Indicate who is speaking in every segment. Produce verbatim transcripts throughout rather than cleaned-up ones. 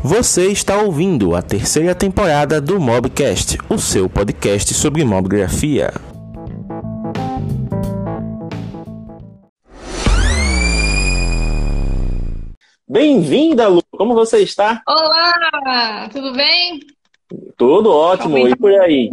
Speaker 1: Você está ouvindo a terceira temporada do Mobcast, o seu podcast sobre mobgrafia. Bem-vinda, Lu! Como você está?
Speaker 2: Olá! Tudo bem?
Speaker 1: Tudo ótimo, e por aí?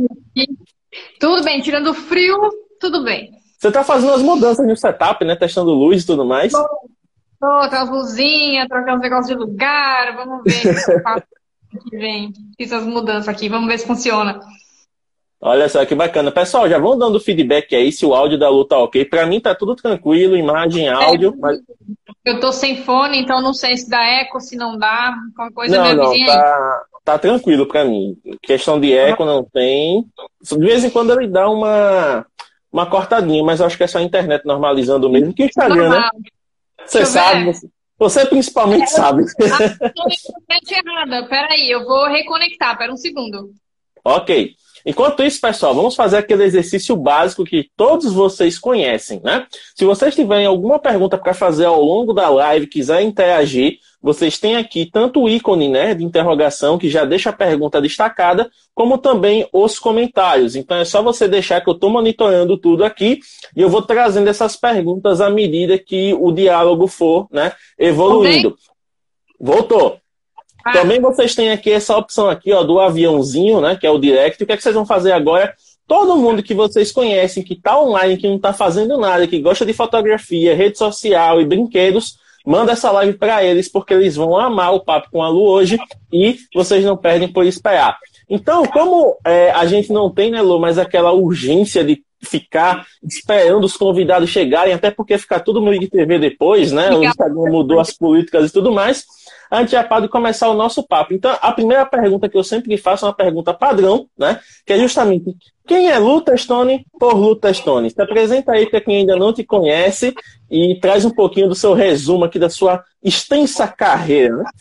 Speaker 2: Tudo bem, tirando o frio, tudo bem.
Speaker 1: Você está fazendo as mudanças no setup, né? Testando luz e tudo mais?
Speaker 2: Tô, tô trocando luzinhas, trocando os negócios de lugar, vamos ver o que eu faço que vem. Fiz as mudanças aqui, vamos ver se funciona.
Speaker 1: Olha só que bacana. Pessoal, já vão dando feedback aí se o áudio da Lu tá ok. Pra mim tá tudo tranquilo, imagem, áudio.
Speaker 2: É,
Speaker 1: Mas...
Speaker 2: Eu tô sem fone, então não sei se dá eco, se não dá. Qualquer coisa
Speaker 1: Não,
Speaker 2: me
Speaker 1: não,
Speaker 2: avisem aí.
Speaker 1: tá, tá tranquilo pra mim. Questão de eco não tem. De vez em quando ele dá uma, uma cortadinha, mas eu acho que é só a internet normalizando mesmo. Que o Instagram, né?
Speaker 2: Normal.
Speaker 1: Você
Speaker 2: Deixa eu
Speaker 1: sabe,
Speaker 2: ver.
Speaker 1: você, você principalmente sabe.
Speaker 2: Ah, tô na internet errada. Peraí, eu vou reconectar. Pera um segundo.
Speaker 1: Ok. Enquanto isso, pessoal, vamos fazer aquele exercício básico que todos vocês conhecem, né? Se vocês tiverem alguma pergunta para fazer ao longo da live, quiser interagir, vocês têm aqui tanto o ícone, né, de interrogação, que já deixa a pergunta destacada, como também os comentários. Então é só você deixar que eu estou monitorando tudo aqui e eu vou trazendo essas perguntas à medida que o diálogo for, né, evoluindo. Voltou.
Speaker 2: Ah.
Speaker 1: Também vocês têm aqui essa opção aqui, ó, do aviãozinho, né, que é o direct. O que é que vocês vão fazer agora? Todo mundo que vocês conhecem, que está online, que não está fazendo nada, que gosta de fotografia, rede social e brinquedos, manda essa live para eles, porque eles vão amar o papo com a Lu hoje e vocês não perdem por esperar. Então, como é, a gente não tem, né, Lu, mas aquela urgência de ficar esperando os convidados chegarem, até porque fica tudo no I G T V depois, né? O Instagram mudou as políticas e tudo mais. A gente já pode começar o nosso papo. Então, a primeira pergunta que eu sempre faço é uma pergunta padrão, né? Que é justamente, quem é Lu Testoni por Lu Testoni? Se apresenta aí para quem ainda não te conhece e traz um pouquinho do seu resumo aqui da sua extensa carreira, né?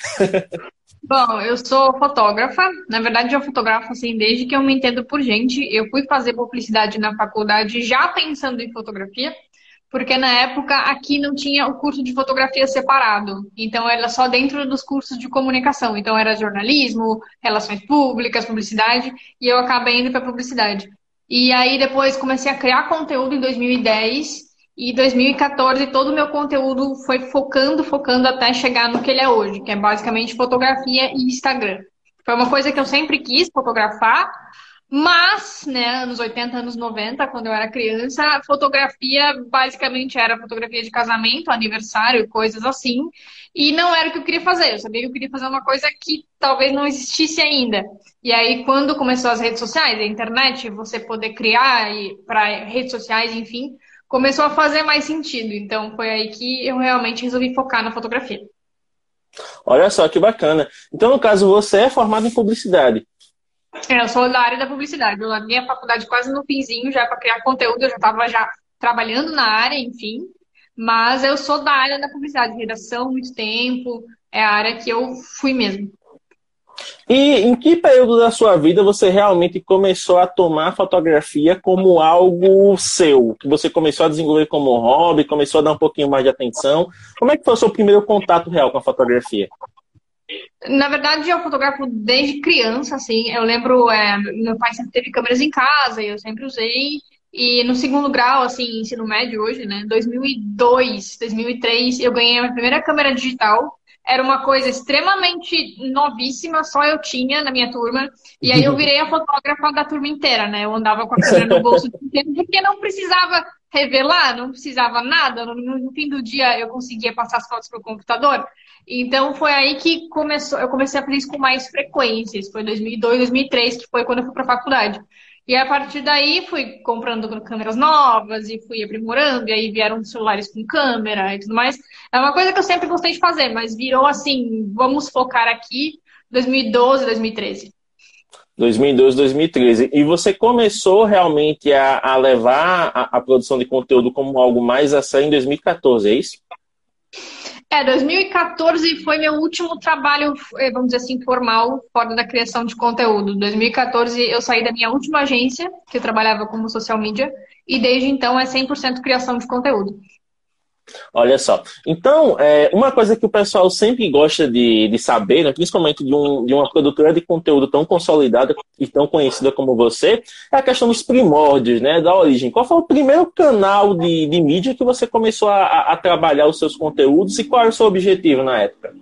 Speaker 2: Bom, eu sou fotógrafa. Na verdade, eu fotografo assim desde que eu me entendo por gente. Eu fui fazer publicidade na faculdade já pensando em fotografia, porque na época aqui não tinha o curso de fotografia separado. Então era só dentro dos cursos de comunicação. Então era jornalismo, relações públicas, publicidade, e eu acabei indo para publicidade. E aí depois comecei a criar conteúdo em dois mil e dez. E em dois mil e quatorze todo o meu conteúdo foi focando, focando até chegar no que ele é hoje, que é basicamente fotografia e Instagram. Foi uma coisa que eu sempre quis fotografar, mas, né, anos oitenta, anos noventa, quando eu era criança, fotografia basicamente era fotografia de casamento, aniversário, coisas assim, e não era o que eu queria fazer. Eu sabia que eu queria fazer uma coisa que talvez não existisse ainda. E aí, quando começou as redes sociais, a internet, você poder criar para redes sociais, enfim, começou a fazer mais sentido. Então, foi aí que eu realmente resolvi focar na fotografia.
Speaker 1: Olha só que bacana. Então, no caso, você é formado em publicidade.
Speaker 2: É, eu sou da área da publicidade. Eu larguei a faculdade quase no finzinho, já para criar conteúdo. Eu já estava já trabalhando na área, enfim. Mas eu sou da área da publicidade, redação, muito tempo. É a área que eu fui mesmo.
Speaker 1: E em que período da sua vida você realmente começou a tomar fotografia como algo seu? Que você começou a desenvolver como hobby, começou a dar um pouquinho mais de atenção? Como é que foi o seu primeiro contato real com a fotografia?
Speaker 2: Na verdade, eu fotografo desde criança, assim. Eu lembro, é, meu pai sempre teve câmeras em casa e eu sempre usei. E no segundo grau, assim, ensino médio hoje, né? dois mil e dois, dois mil e três, eu ganhei a minha primeira câmera digital. Era uma coisa extremamente novíssima, só eu tinha na minha turma. E aí eu virei a fotógrafa da turma inteira, né? Eu andava com a câmera no bolso porque não precisava revelar, não precisava nada. No, no fim do dia eu conseguia passar as fotos pro computador. Então foi aí que começou, eu comecei a fazer isso com mais frequência. Isso foi dois mil e dois, dois mil e três, que foi quando eu fui para a faculdade. E a partir daí fui comprando câmeras novas e fui aprimorando, e aí vieram celulares com câmera e tudo mais. É uma coisa que eu sempre gostei de fazer, mas virou assim, vamos focar aqui, dois mil e doze, dois mil e treze.
Speaker 1: dois mil e doze, dois mil e treze. E você começou realmente a, a levar a, a produção de conteúdo como algo mais a sério em dois mil e quatorze, é isso?
Speaker 2: É, dois mil e quatorze foi meu último trabalho, vamos dizer assim, formal, fora da criação de conteúdo. Em dois mil e quatorze eu saí da minha última agência, que eu trabalhava como social media, e desde então é cem por cento criação de conteúdo.
Speaker 1: Olha só. Então, é, uma coisa que o pessoal sempre gosta de, de saber, né, principalmente de, um, de uma produtora de conteúdo tão consolidada e tão conhecida como você, é a questão dos primórdios, né, da origem. Qual foi o primeiro canal de, de mídia que você começou a, a trabalhar os seus conteúdos e qual era o seu objetivo na época?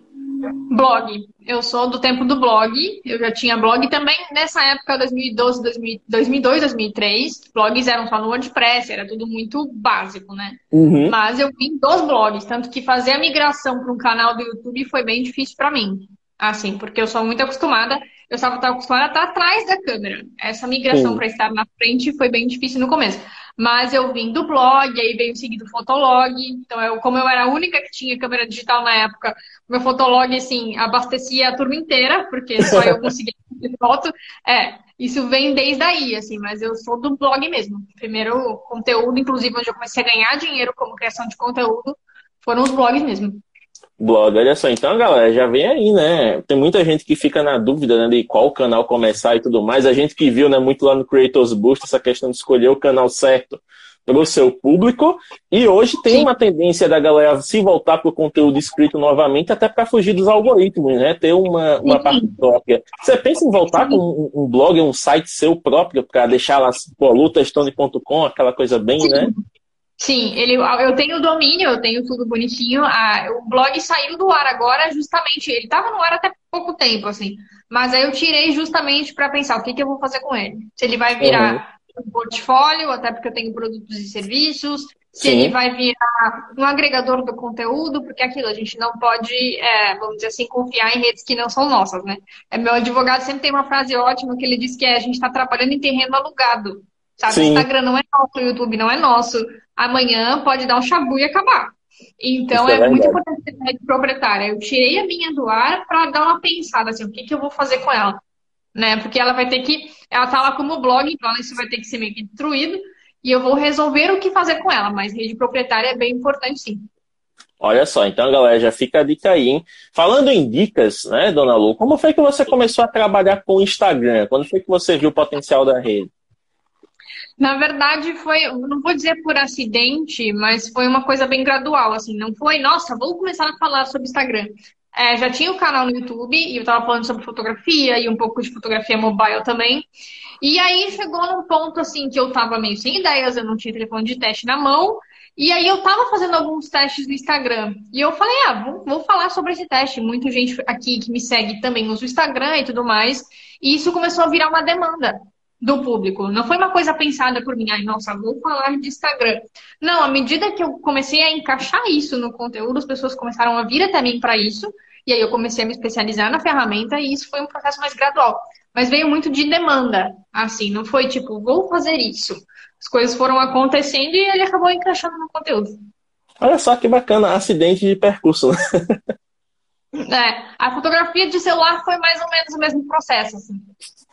Speaker 2: Blog. Eu sou do tempo do blog. Eu já tinha blog também nessa época, dois mil e doze, dois mil, dois mil e dois, dois mil e três. Blogs eram só no WordPress, era tudo muito básico, né?
Speaker 1: Uhum.
Speaker 2: Mas eu vim dos blogs, tanto que fazer a migração para um canal do YouTube foi bem difícil para mim. Assim, porque eu sou muito acostumada, eu estava acostumada a estar atrás da câmera. Essa migração
Speaker 1: Sim.
Speaker 2: para estar na frente foi bem difícil no começo. Mas eu vim do blog, aí veio seguido o Fotolog. Então, eu, como eu era a única que tinha câmera digital na época, meu Fotolog, assim, abastecia a turma inteira, porque só eu conseguia fazer foto. É, isso vem desde aí, assim, mas eu sou do blog mesmo. Primeiro conteúdo, inclusive, onde eu comecei a ganhar dinheiro como criação de conteúdo, foram os blogs mesmo.
Speaker 1: Blog, olha só. Então, galera, já vem aí, né? Tem muita gente que fica na dúvida, né, de qual canal começar e tudo mais. A gente que viu, né, muito lá no Creators Boost, essa questão de escolher o canal certo para o seu público. E hoje tem
Speaker 2: Sim.
Speaker 1: uma tendência da galera se voltar para o conteúdo escrito novamente, até para fugir dos algoritmos, né? Ter uma, uma parte própria. Você pensa em voltar
Speaker 2: Sim.
Speaker 1: com um, um blog, um site seu próprio, para deixar lá, pô, lutastone ponto com, aquela coisa bem,
Speaker 2: Sim.
Speaker 1: né?
Speaker 2: Sim, ele, eu tenho o domínio, eu tenho tudo bonitinho. Ah, o blog saiu do ar agora, justamente. Ele estava no ar até pouco tempo, assim. Mas aí eu tirei justamente para pensar o que, que eu vou fazer com ele. Se ele vai
Speaker 1: Uhum.
Speaker 2: virar um portfólio, até porque eu tenho produtos e serviços. Se ele
Speaker 1: Sim.
Speaker 2: vai virar um agregador do conteúdo, porque é aquilo, a gente não pode, é, vamos dizer assim, confiar em redes que não são nossas, né? É, meu advogado sempre tem uma frase ótima que ele diz que é, a gente está trabalhando em terreno alugado. Sabe, o
Speaker 1: Sim.
Speaker 2: Instagram não é nosso, o YouTube não é nosso. Amanhã pode dar um chabu e acabar. Então
Speaker 1: Isso é
Speaker 2: é muito
Speaker 1: verdade.
Speaker 2: importante ter rede proprietária. Eu tirei a minha do ar para dar uma pensada assim, o que, que eu vou fazer com ela, né? Porque ela vai ter que, ela tá lá como blog, então isso vai ter que ser meio que destruído e eu vou resolver o que fazer com ela. Mas rede proprietária é bem importante, sim.
Speaker 1: Olha só, então, galera, já fica a dica aí, hein? Falando em dicas, né, dona Lu, como foi que você começou a trabalhar com o Instagram? Quando foi que você viu o potencial da rede?
Speaker 2: Na verdade, foi, não vou dizer por acidente, mas foi uma coisa bem gradual, assim, não foi, nossa, vou começar a falar sobre Instagram. É, já tinha o canal no YouTube e eu tava falando sobre fotografia e um pouco de fotografia mobile também. E aí chegou num ponto, assim, que eu tava meio sem ideias, eu não tinha telefone de teste na mão. E aí eu tava fazendo alguns testes no Instagram. E eu falei, ah, vou, vou falar sobre esse teste. Muita gente aqui que me segue também usa o Instagram e tudo mais. E isso começou a virar uma demanda do público. Não foi uma coisa pensada por mim, ai, nossa, vou falar de Instagram. Não, à medida que eu comecei a encaixar isso no conteúdo, as pessoas começaram a vir até mim para isso, e aí eu comecei a me especializar na ferramenta, e isso foi um processo mais gradual. Mas veio muito de demanda, assim, não foi tipo, vou fazer isso. As coisas foram acontecendo e ele acabou encaixando no conteúdo.
Speaker 1: Olha só que bacana, acidente de percurso, né?
Speaker 2: É, a fotografia de celular foi mais ou menos o mesmo processo, assim.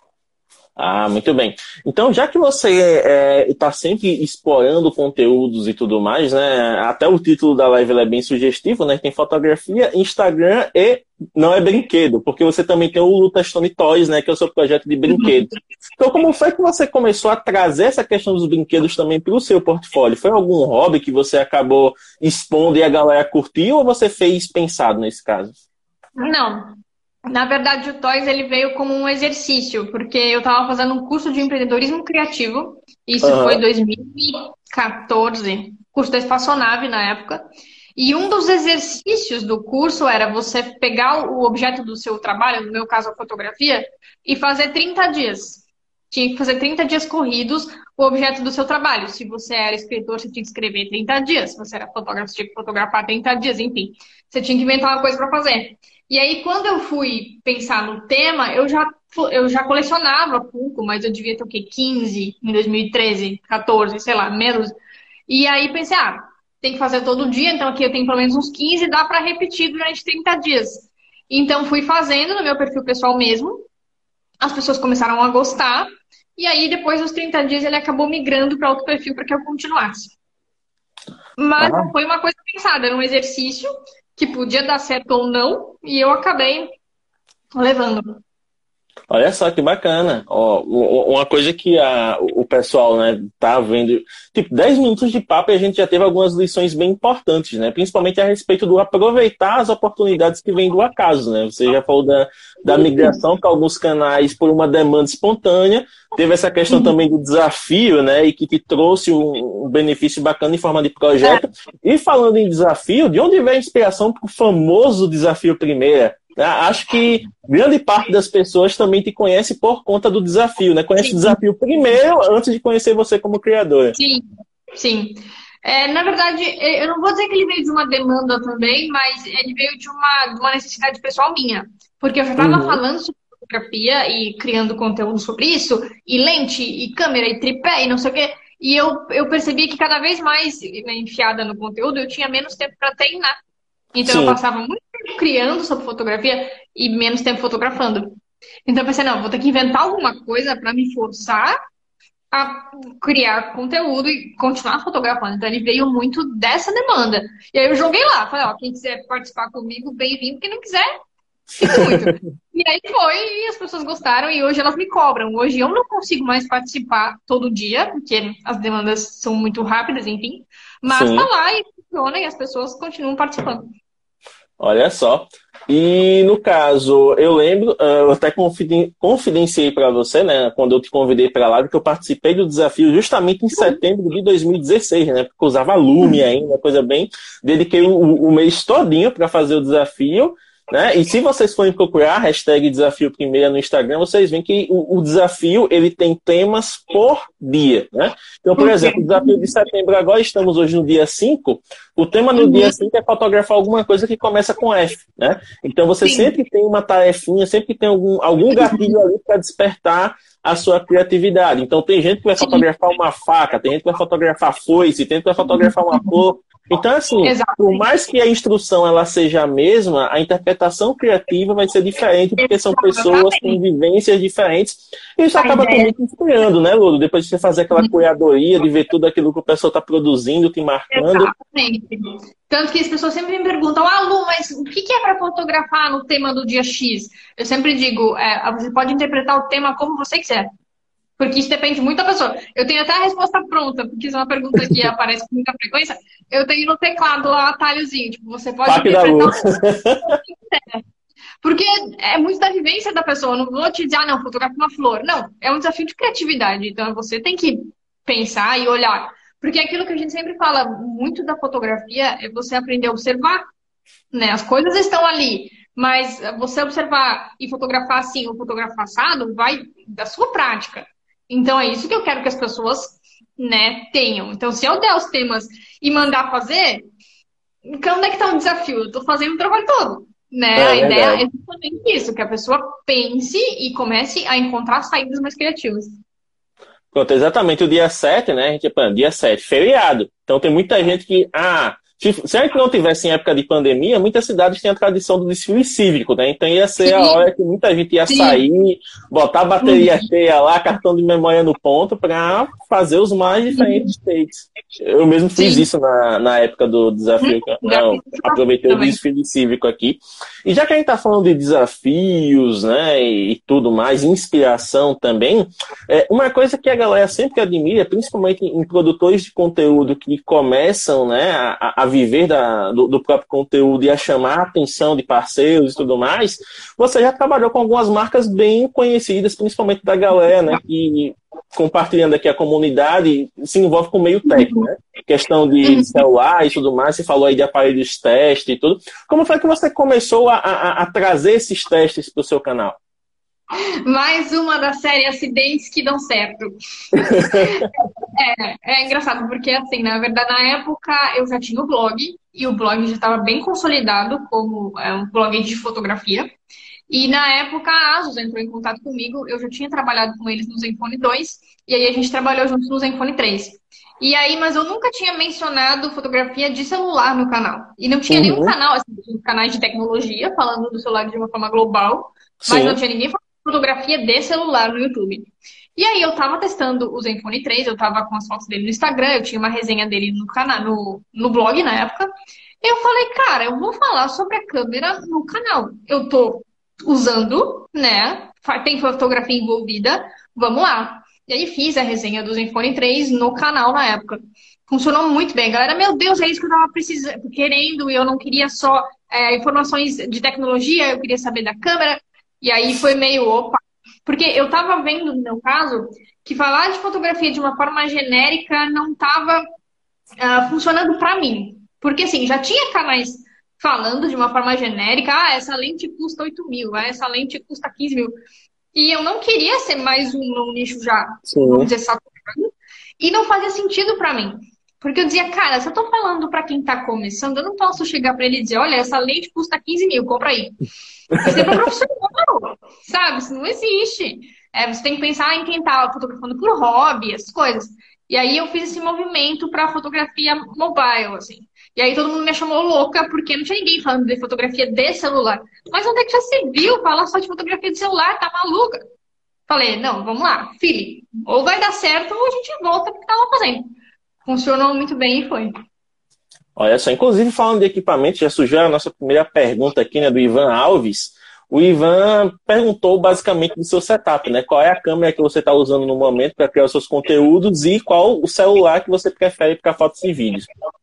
Speaker 1: Ah, muito bem. Então, já que você está sempre explorando conteúdos e tudo mais, né? Até o título da live é bem sugestivo, né? Tem fotografia, Instagram e não é brinquedo, porque você também tem o Lutastone Toys, né? Que é o seu projeto de brinquedos. Então, como foi que você começou a trazer essa questão dos brinquedos também para o seu portfólio? Foi algum hobby que você acabou expondo e a galera curtiu, ou você fez pensado nesse caso?
Speaker 2: Não. Na verdade, o Toys ele veio como um exercício, porque eu estava fazendo um curso de empreendedorismo criativo. Isso
Speaker 1: Aham.
Speaker 2: foi em dois mil e quatorze, curso da Espaçonave na época. E um dos exercícios do curso era você pegar o objeto do seu trabalho, no meu caso a fotografia, e fazer trinta dias. Tinha que fazer trinta dias corridos o objeto do seu trabalho. Se você era escritor, você tinha que escrever trinta dias. Se você era fotógrafo, você tinha que fotografar trinta dias, enfim. Você tinha que inventar uma coisa para fazer. E aí, quando eu fui pensar no tema, eu já, eu já colecionava pouco, mas eu devia ter o quê? quinze em dois mil e treze, quatorze, sei lá, menos. E aí pensei, ah, tem que fazer todo dia, então aqui eu tenho pelo menos uns quinze, dá para repetir durante trinta dias. Então fui fazendo no meu perfil pessoal mesmo, as pessoas começaram a gostar, e aí depois dos trinta dias ele acabou migrando para outro perfil para que eu continuasse. Mas
Speaker 1: Ah,
Speaker 2: não foi uma coisa pensada, era um exercício que podia dar certo ou não, e eu acabei levando.
Speaker 1: Olha só que bacana. Ó, u- uma coisa que a, o pessoal, né, tá vendo. Tipo, dez minutos de papo e a gente já teve algumas lições bem importantes, né? Principalmente a respeito do aproveitar as oportunidades que vêm do acaso, né? Você já falou da, da migração para alguns canais por uma demanda espontânea. Teve essa questão também do desafio, né? E que te trouxe um, um benefício bacana em forma de projeto. E falando em desafio, de onde vem a inspiração para o famoso desafio Primeira? Ah, acho que grande parte das pessoas também te conhece por conta do desafio, né? Conhece o
Speaker 2: Sim,
Speaker 1: desafio primeiro antes de conhecer você como criadora.
Speaker 2: sim, sim. É, na verdade, é, eu não vou dizer que ele veio de uma demanda também, mas ele veio de uma, de uma necessidade pessoal minha. Porque eu já estava
Speaker 1: Uhum.
Speaker 2: falando sobre fotografia e criando conteúdo sobre isso, e lente, e câmera, e tripé, e não sei o quê. E eu, eu percebi que cada vez mais, né, enfiada no conteúdo, eu tinha menos tempo para treinar. Então eu
Speaker 1: Sim,
Speaker 2: passava muito tempo criando sobre fotografia e menos tempo fotografando. Então eu pensei, não, vou ter que inventar alguma coisa para me forçar a criar conteúdo e continuar fotografando. Então ele veio muito dessa demanda. E aí eu joguei lá, falei, ó, quem quiser participar comigo, bem-vindo, quem não quiser, sinto muito. E aí foi, e as pessoas gostaram, e hoje elas me cobram. Hoje eu não consigo mais participar todo dia, porque as demandas são muito rápidas, enfim. Mas tá
Speaker 1: sim.
Speaker 2: lá e funciona, e as pessoas continuam participando.
Speaker 1: Olha só. E no caso, eu lembro, eh, eu até confiden- confidenciei para você, né, quando eu te convidei para lá, que eu participei do desafio justamente em setembro de dois mil e dezesseis, né, porque eu usava Lume ainda, coisa bem. Dediquei o, o mês todinho para fazer o desafio, né? E se vocês forem procurar a hashtag Desafio Primeira no Instagram, vocês veem que o, o desafio ele tem temas por dia, né? Então, por exemplo, o desafio de setembro agora, estamos hoje no dia cinco. O tema no dia
Speaker 2: Uhum,
Speaker 1: cinco é fotografar alguma coisa que começa com F, né? Então você
Speaker 2: sim.
Speaker 1: sempre tem uma tarefinha, sempre tem algum, algum gatilho ali para despertar a sua criatividade. Então tem gente que vai
Speaker 2: Sim,
Speaker 1: fotografar uma faca, tem gente que vai fotografar foice, tem gente que vai fotografar uma flor. Então, assim, por
Speaker 2: exato.
Speaker 1: mais que a instrução ela seja a mesma, a interpretação criativa vai ser diferente, porque são pessoas com
Speaker 2: Exatamente.
Speaker 1: vivências diferentes. E isso
Speaker 2: A
Speaker 1: acaba
Speaker 2: ideia
Speaker 1: também te inspirando, né, Ludo? Depois de você fazer aquela curadoria, de ver tudo aquilo que o pessoal está produzindo, te marcando.
Speaker 2: exatamente. Tanto que as pessoas sempre me perguntam, ah, Lu, mas o que que é para fotografar no tema do dia X? Eu sempre digo, é, você pode interpretar o tema como você quiser. Porque isso depende muito da pessoa. Eu tenho até a resposta pronta, porque isso é uma pergunta que aparece com muita frequência. Eu tenho no teclado lá o atalhozinho. Tipo, você pode
Speaker 1: Pac da Lu.
Speaker 2: interpretar o que quiser. Porque é muito da vivência da pessoa. Eu não vou te dizer, ah, não, fotografa uma flor. Não, é um desafio de criatividade. Então você tem que pensar e olhar. Porque é aquilo que a gente sempre fala, muito da fotografia é você aprender a observar, né? As coisas estão ali, mas você observar e fotografar assim ou fotografar assado vai da sua prática. Então é isso que eu quero que as pessoas, né, tenham. Então, se eu der os temas e mandar fazer, então onde é que está o desafio? Eu estou fazendo o trabalho todo. Né?
Speaker 1: É
Speaker 2: A ideia
Speaker 1: verdade.
Speaker 2: é justamente isso, que a pessoa pense e comece a encontrar saídas mais criativas.
Speaker 1: Pronto, exatamente o dia sete, né? A gente, pô, dia sete, feriado. Então tem muita gente que, ah, se, se a gente não tivesse em época de pandemia, muitas cidades têm a tradição do desfile cívico, né? Então ia ser a
Speaker 2: Sim,
Speaker 1: hora que muita gente ia
Speaker 2: sim.
Speaker 1: sair, botar a bateria cheia lá, cartão de memória no ponto, para fazer os mais diferentes takes. Eu mesmo fiz
Speaker 2: Sim.
Speaker 1: isso na, na época do desafio.
Speaker 2: Já
Speaker 1: Não,
Speaker 2: fiz isso
Speaker 1: aproveitei o
Speaker 2: também.
Speaker 1: desfile cívico aqui. E já que a gente está falando de desafios, né, e tudo mais, inspiração também, é, uma coisa que a galera sempre admira, principalmente em produtores de conteúdo que começam, né, a, a viver da, do, do próprio conteúdo e a chamar a atenção de parceiros e tudo mais, você já trabalhou com algumas marcas bem conhecidas, principalmente da galera, né, que compartilhando aqui a comunidade, se envolve com o meio técnico, né? Questão de celular e tudo mais, você falou aí de aparelhos teste e tudo. Como foi que você começou a, a, a trazer esses testes para o seu canal?
Speaker 2: Mais uma da série acidentes que dão certo. É, é engraçado, porque assim, na verdade, na época eu já tinha o blog, e o blog já estava bem consolidado como é, um blog de fotografia. E na época a Asus entrou em contato comigo, eu já tinha trabalhado com eles no Zenfone dois, e aí a gente trabalhou juntos no Zenfone três. E aí, mas eu nunca tinha mencionado fotografia de celular no canal. E não tinha nenhum
Speaker 1: Uhum,
Speaker 2: canal, assim, tinha canais de tecnologia, falando do celular de uma forma global, mas não
Speaker 1: sim.
Speaker 2: tinha ninguém falando de fotografia de celular no YouTube. E aí eu tava testando o Zenfone três, eu tava com as fotos dele no Instagram, eu tinha uma resenha dele no canal, no, no blog na época. Eu falei, cara, eu vou falar sobre a câmera no canal. Eu tô usando, né, tem fotografia envolvida, vamos lá. E aí fiz a resenha do Zenfone três no canal na época. Funcionou muito bem. Galera, meu Deus, é isso que eu tava precisando, querendo, e eu não queria só é, informações de tecnologia, eu queria saber da câmera. E aí foi meio, opa. Porque eu tava vendo, no meu caso, que falar de fotografia de uma forma genérica não tava uh, funcionando pra mim. Porque, assim, já tinha canais falando de uma forma genérica, ah, essa lente custa oito mil, ah, essa lente custa quinze mil. E eu não queria ser mais um, um nicho já,
Speaker 1: Sim.
Speaker 2: vamos dizer, saturado. E não fazia sentido pra mim. Porque eu dizia, cara, se eu tô falando pra quem tá começando, eu não posso chegar pra ele e dizer, olha, essa lente custa quinze mil, compra aí. Isso é pra profissional, sabe? Isso não existe. É, você tem que pensar em quem tá fotografando por hobby, essas coisas. E aí eu fiz esse movimento pra fotografia mobile, assim. E aí todo mundo me chamou louca, porque não tinha ninguém falando de fotografia de celular. Mas onde é que já se viu falar só de fotografia de celular? Tá maluca? Falei, não, vamos lá, filho. Ou vai dar certo ou a gente volta pro que tava fazendo. Funcionou muito bem e foi.
Speaker 1: Olha só, inclusive falando de equipamento, já surgiu a nossa primeira pergunta aqui, né, do Ivan Alves. O Ivan perguntou basicamente do seu setup, né? Qual é a câmera que você está usando no momento para criar os seus conteúdos e qual o celular que você prefere para fotos e vídeos.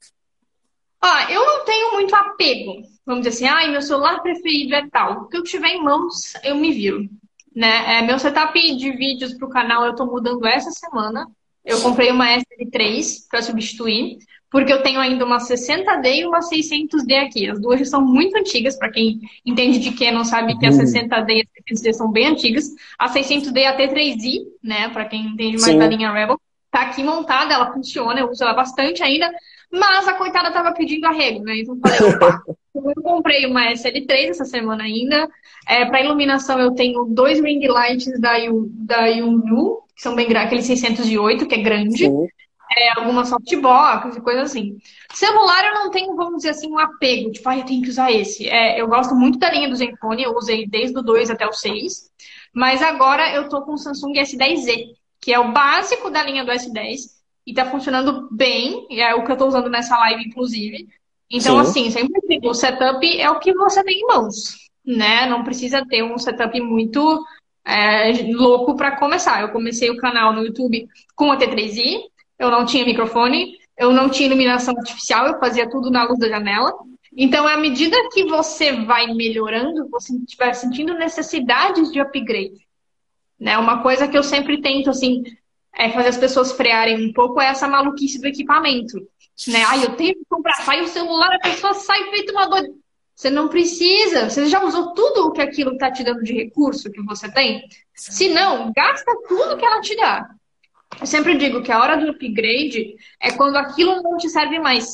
Speaker 2: Ah, eu não tenho muito apego. Vamos dizer assim, ah, meu celular preferido é tal. O que eu tiver em mãos, eu me viro. Né? É, meu setup de vídeos para o canal eu estou mudando essa semana. Eu comprei uma S L três para substituir, porque eu tenho ainda uma sessenta D e uma seiscentos D aqui. As duas já são muito antigas, para quem entende de que não sabe que a sessenta D e a seiscentos D são bem antigas. A seiscentos D é a T três i, né, para quem entende mais Sim. da linha Rebel. Tá aqui montada, ela funciona, eu uso ela bastante ainda, mas a coitada tava pedindo arrego, né? Então eu falei, opa, eu comprei uma S L três essa semana ainda. É, para iluminação eu tenho dois ring lights da, Yu, da Yunyu, que são bem grandes, aquele seiscentos e oito, que é grande. É, algumas softbox e coisas assim. Celular eu não tenho, vamos dizer assim, um apego, tipo, ah, eu tenho que usar esse. É, eu gosto muito da linha do Zenfone, eu usei desde o dois até o seis, mas agora eu tô com o Samsung S dez Z, que é o básico da linha do S dez, e tá funcionando bem, e é o que eu tô usando nessa live, inclusive. Então, Sim. assim, sempre digo, o setup é o que você tem em mãos, né? Não precisa ter um setup muito é, louco para começar. Eu comecei o canal no YouTube com a T três i, eu não tinha microfone, eu não tinha iluminação artificial, eu fazia tudo na luz da janela. Então, à medida que você vai melhorando, você vai sentindo necessidades de upgrade. Né? Uma coisa que eu sempre tento, assim, é fazer as pessoas frearem um pouco é essa maluquice do equipamento. Né? Ai, eu tenho que comprar, sai o celular, a pessoa sai feito uma doida. Você não precisa, você já usou tudo o que aquilo está te dando de recurso que você tem? Se não, gasta tudo que ela te dá. Eu sempre digo que a hora do upgrade é quando aquilo não te serve mais.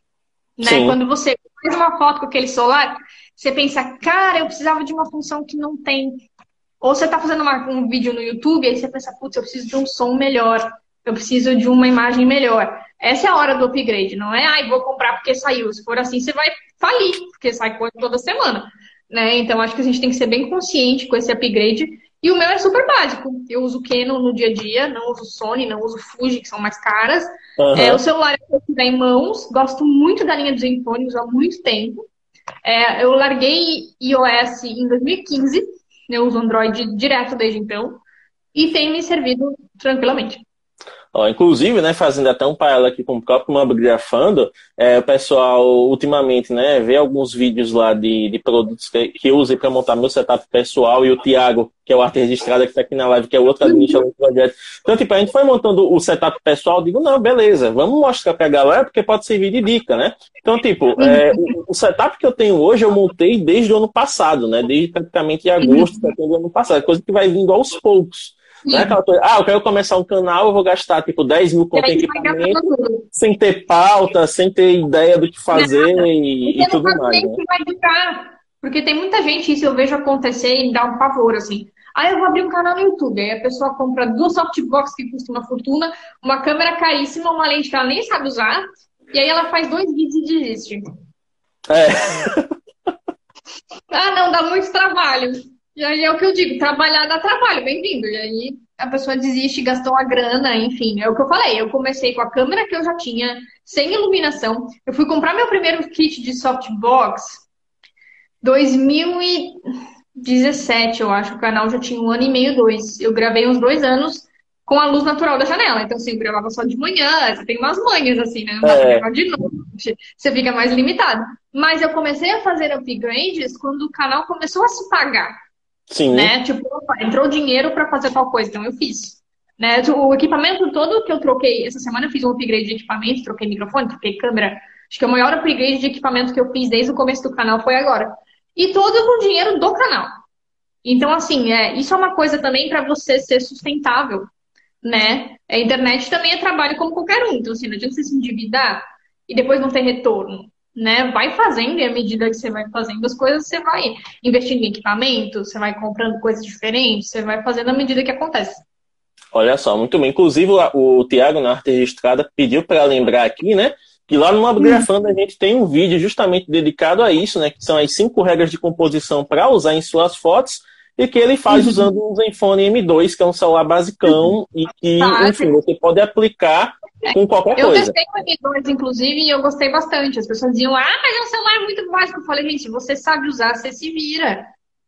Speaker 2: Né? Quando você faz uma foto com aquele celular, você pensa, cara, eu precisava de uma função que não tem. Ou você está fazendo uma, um vídeo no YouTube e aí você pensa, putz, eu preciso de um som melhor, eu preciso de uma imagem melhor. Essa é a hora do upgrade, não é, ai, vou comprar porque saiu. Se for assim, você vai falir, porque sai coisa toda semana. Né? Então, acho que a gente tem que ser bem consciente com esse upgrade. E o meu é super básico. Eu uso Canon no dia a dia, não uso Sony, não uso Fuji, que são mais caras. Uhum. É, o celular é que eu em mãos, gosto muito da linha do Zenfone, uso há muito tempo. É, eu larguei iOS em dois mil e quinze, eu uso Android direto desde então, e tem me servido tranquilamente.
Speaker 1: Ó, inclusive, né, fazendo até um paralelo aqui com o próprio Mobigrafando, é, o pessoal ultimamente, né, vê alguns vídeos lá de, de produtos que, que eu usei para montar meu setup pessoal, e o Thiago, que é o arte registrada que está aqui na live, que é outro administrador do projeto. Então, tipo, a gente foi montando o setup pessoal, digo, não, beleza, vamos mostrar para a galera, porque pode servir de dica, né? Então, tipo, é, o, o setup que eu tenho hoje, eu montei desde o ano passado, né, desde praticamente agosto, setembro do ano passado, coisa que vai vindo aos poucos. Não é aquela coisa, ah, eu quero começar um canal, eu vou gastar tipo dez mil conto em equipamento, sem ter pauta, sem ter ideia do que fazer não, e, e tudo mais. Né?
Speaker 2: Que vai durar, porque tem muita gente, isso eu vejo acontecer e me dá um pavor, assim. Ah, eu vou abrir um canal no YouTube, aí a pessoa compra duas softbox que custam uma fortuna, uma câmera caríssima, uma lente que ela nem sabe usar, e aí ela faz dois vídeos e desiste.
Speaker 1: É.
Speaker 2: Ah, não, dá muito trabalho. E aí é o que eu digo, trabalhar dá trabalho, bem-vindo. E aí a pessoa desiste, gastou a grana, enfim. É o que eu falei, eu comecei com a câmera que eu já tinha, sem iluminação. Eu fui comprar meu primeiro kit de softbox dois mil e dezessete, eu acho. O canal já tinha um ano e meio, dois. Eu gravei uns dois anos com a luz natural da janela. Então, assim, eu gravava só de manhã. Você tem umas manhas, assim, né? Não dá pra
Speaker 1: É,
Speaker 2: gravar de noite. Você fica mais limitado. Mas eu comecei a fazer upgrades quando o canal começou a se pagar,
Speaker 1: sim.
Speaker 2: né? Tipo, opa, entrou dinheiro para fazer tal coisa, então eu fiz. Né? O equipamento todo que eu troquei, essa semana eu fiz um upgrade de equipamento, troquei microfone, troquei câmera. Acho que o maior upgrade de equipamento que eu fiz desde o começo do canal foi agora. E todo com dinheiro do canal. Então, assim, é, isso é uma coisa também para você ser sustentável, né? A internet também é trabalho como qualquer um. Então, assim, não adianta você se endividar e depois não ter retorno, né? Vai fazendo e à medida que você vai fazendo as coisas, você vai investindo em equipamento, você vai comprando coisas diferentes, você vai fazendo à medida que acontece.
Speaker 1: Olha só, muito bem. Inclusive, o, o Tiago, na arte registrada, pediu para lembrar aqui, né? Que lá no Mobgrafando a gente tem um vídeo justamente dedicado a isso, né? Que são as cinco regras de composição para usar em suas fotos e que ele faz
Speaker 2: Uhum.
Speaker 1: usando um Zenfone M dois, que é um celular basicão e que,
Speaker 2: Tá,
Speaker 1: enfim, você pode aplicar com qualquer
Speaker 2: eu
Speaker 1: coisa.
Speaker 2: testei o M dois, inclusive, e eu gostei bastante. As pessoas diziam, ah, mas é um celular muito básico. Eu falei, gente, se você sabe usar, você se vira,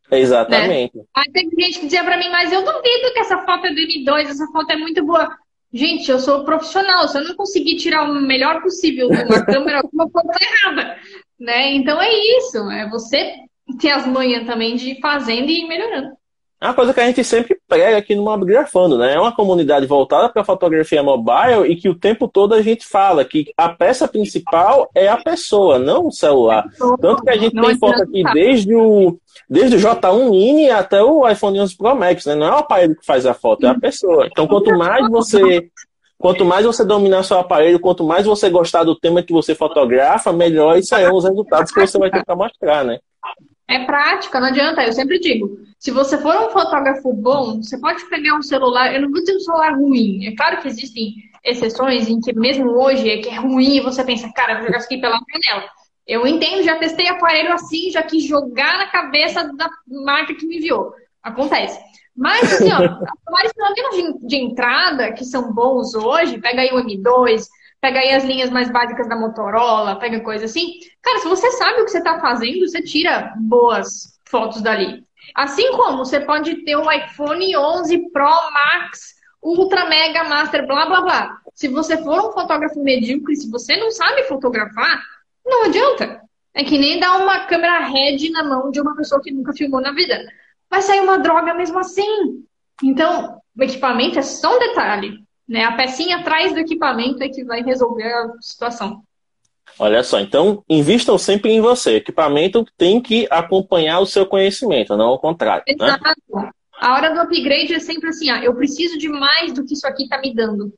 Speaker 2: né?
Speaker 1: Exatamente.
Speaker 2: Aí teve gente que dizia pra mim, mas eu duvido que essa foto é do M dois, essa foto é muito boa. Gente, eu sou profissional, se eu não conseguir tirar o melhor possível de uma câmera, alguma coisa tá errada, né? Então é isso, é você ter as manhas também de ir fazendo e ir melhorando.
Speaker 1: É uma coisa que a gente sempre prega aqui no Mobgrafando, né? É uma comunidade voltada para fotografia mobile e que o tempo todo a gente fala que a peça principal é a pessoa, não o celular. Tanto que a gente
Speaker 2: Não
Speaker 1: tem foto aqui
Speaker 2: adianta.
Speaker 1: desde o, desde o J um Mini até o iPhone onze Pro Max, né? Não é o aparelho que faz a foto, é a pessoa. Então, quanto mais você, quanto mais você dominar seu aparelho, quanto mais você gostar do tema que você fotografa, melhor serão os resultados que você vai ter para mostrar, né?
Speaker 2: É prática, não adianta. Eu sempre digo, se você for um fotógrafo bom, você pode pegar um celular, eu não vou dizer um celular ruim. É claro que existem exceções em que mesmo hoje é que é ruim e você pensa, cara, vou jogar isso aqui pela janela. Eu entendo, já testei aparelho assim, já quis jogar na cabeça da marca que me enviou. Acontece. Mas, assim, ó, celulares pelo menos de, de entrada, que são bons hoje, pega aí o M dois, pega aí as linhas mais básicas da Motorola, pega coisa assim. Cara, se você sabe o que você está fazendo, você tira boas fotos dali. Assim como você pode ter o iPhone onze Pro Max, Ultra Mega Master, blá blá blá. Se você for um fotógrafo medíocre, se você não sabe fotografar, não adianta. É que nem dar uma câmera RED na mão de uma pessoa que nunca filmou na vida. Vai sair uma droga mesmo assim. Então, o equipamento é só um detalhe, né? A pecinha atrás do equipamento é que vai resolver a situação.
Speaker 1: Olha só, então invistam sempre em você. O equipamento tem que acompanhar o seu conhecimento, não ao contrário, né?
Speaker 2: Exato. A hora do upgrade é sempre assim, ah, eu preciso de mais do que isso aqui está me dando.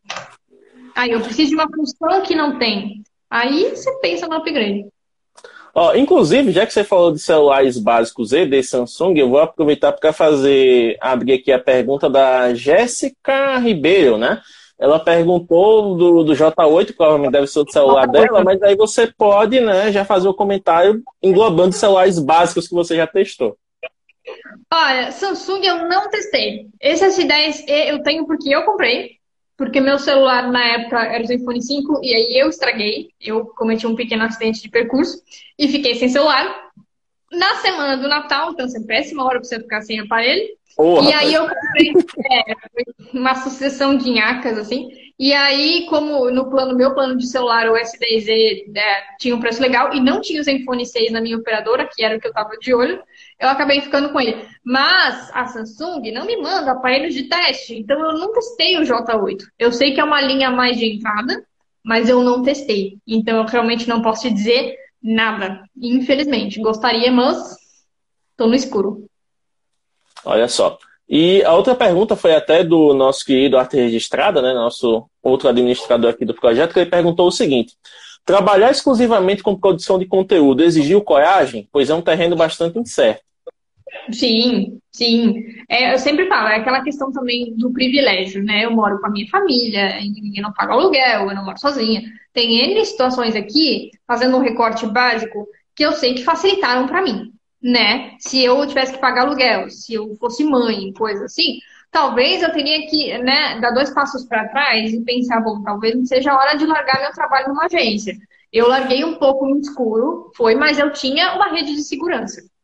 Speaker 2: Aí eu preciso de uma função que não tem. Aí você pensa no upgrade.
Speaker 1: Ó, inclusive, já que você falou de celulares básicos e de Samsung, eu vou aproveitar para fazer, abrir aqui a pergunta da Jéssica Ribeiro, né? Ela perguntou do, do J oito, provavelmente deve ser o celular dela, mas aí você pode, né, já fazer o comentário englobando celulares básicos que você já testou.
Speaker 2: Olha, Samsung eu não testei. Esse S dez E eu tenho porque eu comprei. Porque meu celular na época era o Zenfone cinco e aí eu estraguei. Eu cometi um pequeno acidente de percurso e fiquei sem celular. Na semana do Natal, então assim, péssima hora pra você ficar sem aparelho.
Speaker 1: Oh,
Speaker 2: E
Speaker 1: rapaz.
Speaker 2: aí eu comprei é, uma sucessão de nhacas, assim. E aí, como no plano, meu plano de celular, o S dez E é, tinha um preço legal e não tinha o Zenfone seis na minha operadora, que era o que eu tava de olho, eu acabei ficando com ele. Mas a Samsung não me manda aparelhos de teste, então eu não testei o J oito. Eu sei que é uma linha mais de entrada, mas eu não testei. Então eu realmente não posso te dizer nada. Infelizmente. Gostaria, mas tô no escuro.
Speaker 1: Olha só. E a outra pergunta foi até do nosso querido Arte Registrada, né, nosso outro administrador aqui do projeto, que ele perguntou o seguinte: trabalhar exclusivamente com produção de conteúdo exigiu coragem? Pois é um terreno bastante incerto.
Speaker 2: Sim, sim. É, eu sempre falo, é aquela questão também do privilégio, né? Eu moro com a minha família, e ninguém não paga aluguel, eu não moro sozinha. Tem N situações aqui, fazendo um recorte básico, que eu sei que facilitaram para mim, né? Se eu tivesse que pagar aluguel, se eu fosse mãe, coisa assim, talvez eu teria que, né, dar dois passos para trás e pensar, bom, talvez não seja a hora de largar meu trabalho numa agência. Eu larguei um pouco no escuro, foi, mas eu tinha uma rede de segurança.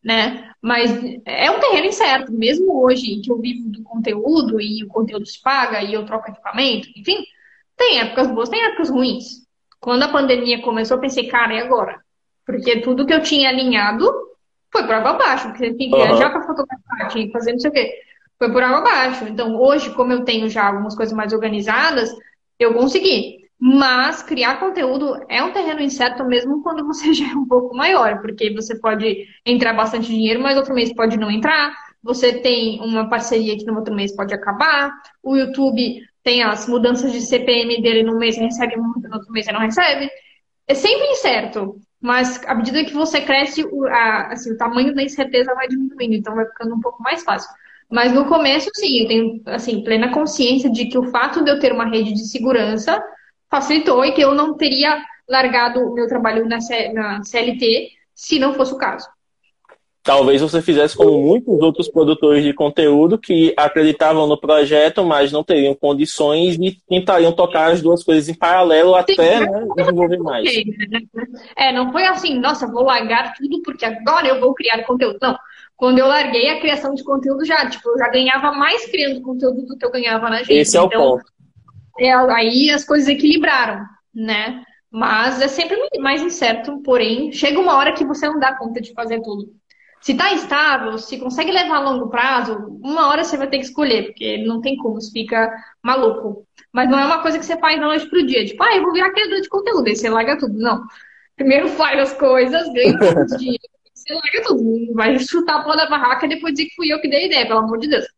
Speaker 2: né? Mas é um terreno incerto, mesmo hoje que eu vivo do conteúdo e o conteúdo se paga e eu troco equipamento, enfim, tem épocas boas, tem épocas ruins. Quando a pandemia começou, eu pensei, cara, e agora? Porque tudo que eu tinha alinhado foi por água abaixo, porque eu tinha que viajar
Speaker 1: Aham.
Speaker 2: para fotografar, tinha que fazer não sei o quê. Foi por água abaixo. Então, hoje, como eu tenho já algumas coisas mais organizadas, eu consegui. Mas criar conteúdo é um terreno incerto mesmo quando você já é um pouco maior, porque você pode entrar bastante dinheiro, mas outro mês pode não entrar. Você tem uma parceria que no outro mês pode acabar. O YouTube tem as mudanças de C P M dele no mês recebe muito, no outro mês ele não recebe. É sempre incerto, mas à medida que você cresce, o, a, assim, o tamanho da incerteza vai diminuindo, então vai ficando um pouco mais fácil. Mas no começo, sim, eu tenho assim, plena consciência de que o fato de eu ter uma rede de segurança facilitou e que eu não teria largado o meu trabalho na, C, na C L T se não fosse o caso.
Speaker 1: Talvez você fizesse como muitos outros produtores de conteúdo que acreditavam no projeto, mas não teriam condições e tentariam tocar as duas coisas em paralelo
Speaker 2: Sim,
Speaker 1: até, né, desenvolver mais.
Speaker 2: é, não foi assim, nossa, vou largar tudo porque agora eu vou criar conteúdo. Não. Quando eu larguei a criação de conteúdo já, tipo, eu já ganhava mais criando conteúdo do que eu ganhava na
Speaker 1: Esse
Speaker 2: agência.
Speaker 1: é o
Speaker 2: Então,
Speaker 1: ponto.
Speaker 2: é, aí as coisas equilibraram, né? Mas é sempre mais incerto, porém, chega uma hora que você não dá conta de fazer tudo. Se tá estável, se consegue levar a longo prazo, uma hora você vai ter que escolher, porque não tem como, você fica maluco. Mas não é uma coisa que você faz da noite pro dia, tipo, ah, eu vou virar criador de conteúdo, aí você larga tudo. Não. Primeiro faz as coisas, ganha um pouco de dinheiro, você larga tudo. Não vai chutar a porra da barraca e depois dizer que fui eu que dei a ideia, pelo amor de Deus.